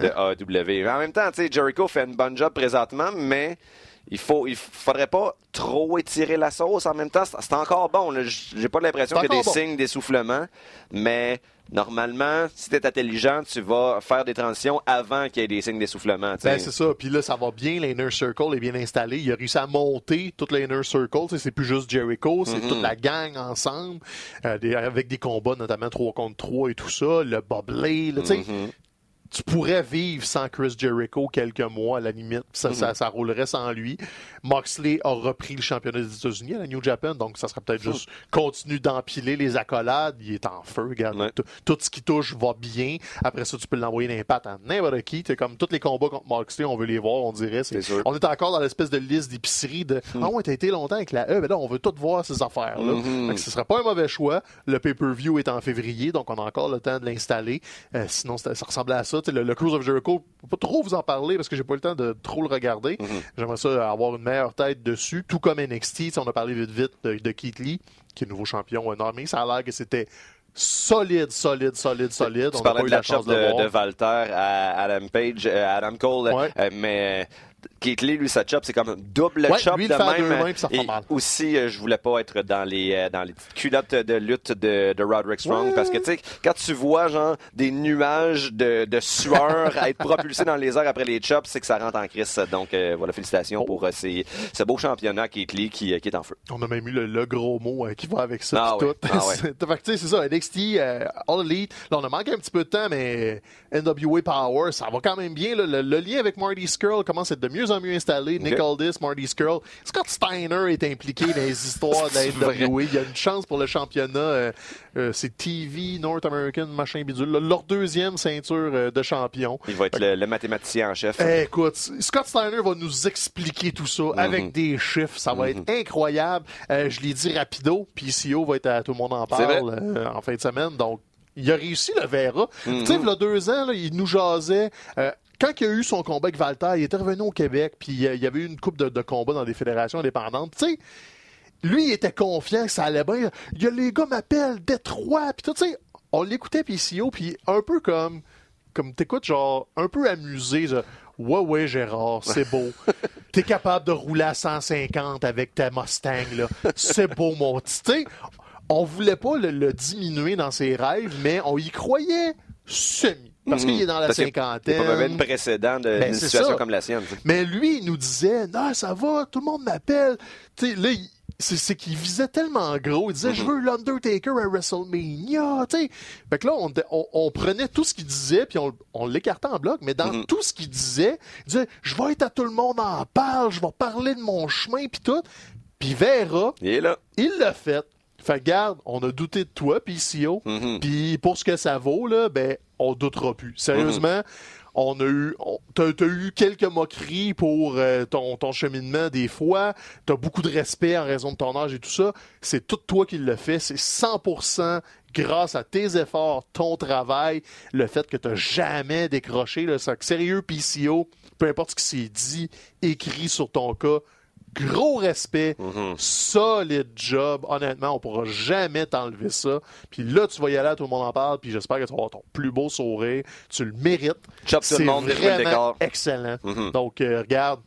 AEW. En même temps, tu sais, Jericho fait une bonne job présentement, mais il faudrait pas trop étirer la sauce. En même temps, c'est encore bon. Là. J'ai pas l'impression qu'il y a des signes d'essoufflement, mais normalement, si t'es intelligent, tu vas faire des transitions avant qu'il y ait des signes d'essoufflement. Ben, c'est ça. Puis là, ça va bien. L'Inner Circle est bien installé. Il a réussi à monter toute l'Inner Circle. C'est plus juste Jericho. C'est toute la gang ensemble. Avec des combats, notamment 3 contre 3 et tout ça. Le Boblé, tu sais. Tu pourrais vivre sans Chris Jericho quelques mois, à la limite. Ça roulerait sans lui. Moxley a repris le championnat des États-Unis à la New Japan, donc ça serait peut-être juste continue d'empiler les accolades. Il est en feu, regarde. Tout ce qui touche va bien. Après ça, tu peux l'envoyer d'impact à n'importe qui. C'est comme tous les combats contre Moxley, on veut les voir, on dirait. On est encore dans l'espèce de liste d'épicerie de « Ah ouais, t'as été longtemps avec la E, mais là, on veut tout voir ces affaires-là. Donc, ce serait pas un mauvais choix. Le pay-per-view est en février, donc on a encore le temps de l'installer. Sinon, ça ressemblait à ça. Le Cruise of Jericho, je ne peux pas trop vous en parler parce que j'ai pas eu le temps de trop le regarder. J'aimerais ça avoir une meilleure tête dessus, tout comme NXT. On a parlé vite de Keith Lee, qui est le nouveau champion normé. Ça a l'air que c'était solide. Tu parlais de la chop de Walter à Adam Page, Adam Cole, mais Keith Lee, lui, sa chop, c'est comme un double chop lui, de même. Puis ça fait mal. Aussi, je voulais pas être dans les culottes de lutte de Roderick Strong parce que, tu sais, quand tu vois, genre, des nuages de sueur à être propulsés dans les airs après les chops, c'est que ça rentre en crise. Donc, voilà, félicitations pour ce beau championnat Keith Lee qui est en feu. On a même eu le gros mot qui va avec ça. Fait que, tu sais, c'est ça, NXT, All Elite. Là, on a manqué un petit peu de temps, mais NWA Power, ça va quand même bien. Là. Le lien avec Marty Scurll commence à être de mieux en mieux installé. Nick Aldis, Marty Scurll. Scott Steiner est impliqué dans les histoires de la NWA. Il y a une chance pour le championnat. C'est TV, North American, machin bidule. Leur deuxième ceinture de champion. Il va être le mathématicien en chef. Écoute, Scott Steiner va nous expliquer tout ça avec des chiffres. Ça va être incroyable. Je l'ai dit rapido. PCO va être à Tout le monde en parle en fin de semaine. Donc, il a réussi le Vera. Tu sais, il y a 2 ans, là, il nous jasait. Quand il a eu son combat avec Walter, il était revenu au Québec, puis il y avait eu une couple de combats dans des fédérations indépendantes. Tu sais, lui, il était confiant que ça allait bien. Les gars m'appellent Détroit, puis tout, tu sais, on l'écoutait, PCO, puis un peu comme t'écoutes, genre, un peu amusé, genre, ouais, Gérard, c'est beau. T'es capable de rouler à 150 avec ta Mustang, là. C'est beau, mon petit. Tu sais, on voulait pas le diminuer dans ses rêves, mais on y croyait semi. Parce qu'il est dans la cinquantaine. Il n'y a pas même de précédent d'une situation comme la sienne. Mais lui, il nous disait, non, ça va, tout le monde m'appelle. Tu sais, là, c'est qu'il visait tellement gros. Il disait, je veux l'Undertaker à WrestleMania. Tu sais. Fait que là, on prenait tout ce qu'il disait, puis on l'écartait en bloc. Mais dans tout ce qu'il disait, il disait, je vais être à Tout le monde en parle, je vais parler de mon chemin, puis tout. Puis Vera, il est là. Il l'a fait. Fait que, garde, on a douté de toi, PCO. Puis pour ce que ça vaut, là, ben, on doutera plus. Sérieusement, t'as eu quelques moqueries pour ton cheminement des fois. T'as beaucoup de respect en raison de ton âge et tout ça. C'est tout toi qui le fais. C'est 100% grâce à tes efforts, ton travail, le fait que t'as jamais décroché. Là, sérieux, PCO, peu importe ce qui s'est dit, écrit sur ton cas, gros respect, solide job. Honnêtement, on pourra jamais t'enlever ça. Puis là, tu vas y aller à Tout le monde en parle. Puis j'espère que tu vas avoir ton plus beau sourire. Tu le mérites. C'est vraiment excellent. Donc, regarde,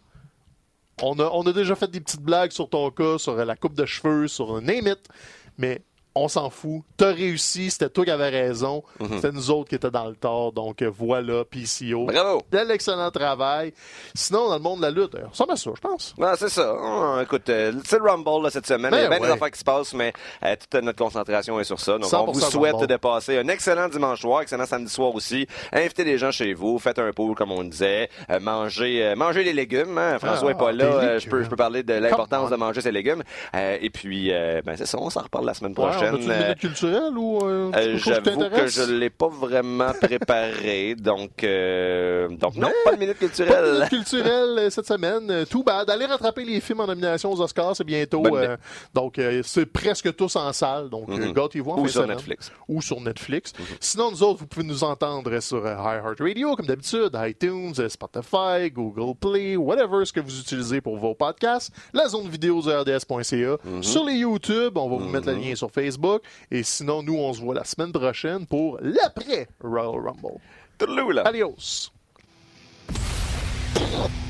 on a déjà fait des petites blagues sur ton cas, sur la coupe de cheveux, sur Name It. Mais on s'en fout. T'as réussi, c'était toi qui avais raison. C'était nous autres qui étaient dans le tort. Donc voilà, PCO. Bravo! De l'excellent travail. Sinon, dans le monde de la lutte, ça ressemble à ça, je pense. Non, c'est ça. Écoute, c'est le Rumble là, cette semaine. Il y a bien des affaires qui se passent, mais toute notre concentration est sur ça. Donc, on vous souhaite de passer un excellent dimanche soir, excellent samedi soir aussi. Invitez les gens chez vous, faites un pool, comme on disait. Mangez des légumes. Hein. François n'est pas là. Je peux parler de l'importance de manger ses légumes. Et puis, c'est ça, on s'en reparle la semaine prochaine. prochaine. As-tu une minute culturelle ou j'avoue que je ne l'ai pas vraiment préparé, donc non, pas de minute culturelle. Pas de minute culturelle cette semaine. Too bad. Allez rattraper les films en nomination aux Oscars, c'est bientôt. Donc, c'est presque tous en salle. Donc, gâtez-vous en fin de semaine. Netflix. Ou sur Netflix. Sinon, nous autres, vous pouvez nous entendre sur iHeartRadio, comme d'habitude, iTunes, Spotify, Google Play, whatever ce que vous utilisez pour vos podcasts. La zone vidéo de RDS.ca. Sur les YouTube, on va vous mettre le lien sur Facebook. Et sinon, nous, on se voit la semaine prochaine pour l'après Royal Rumble. Toodaloo, là. Adios.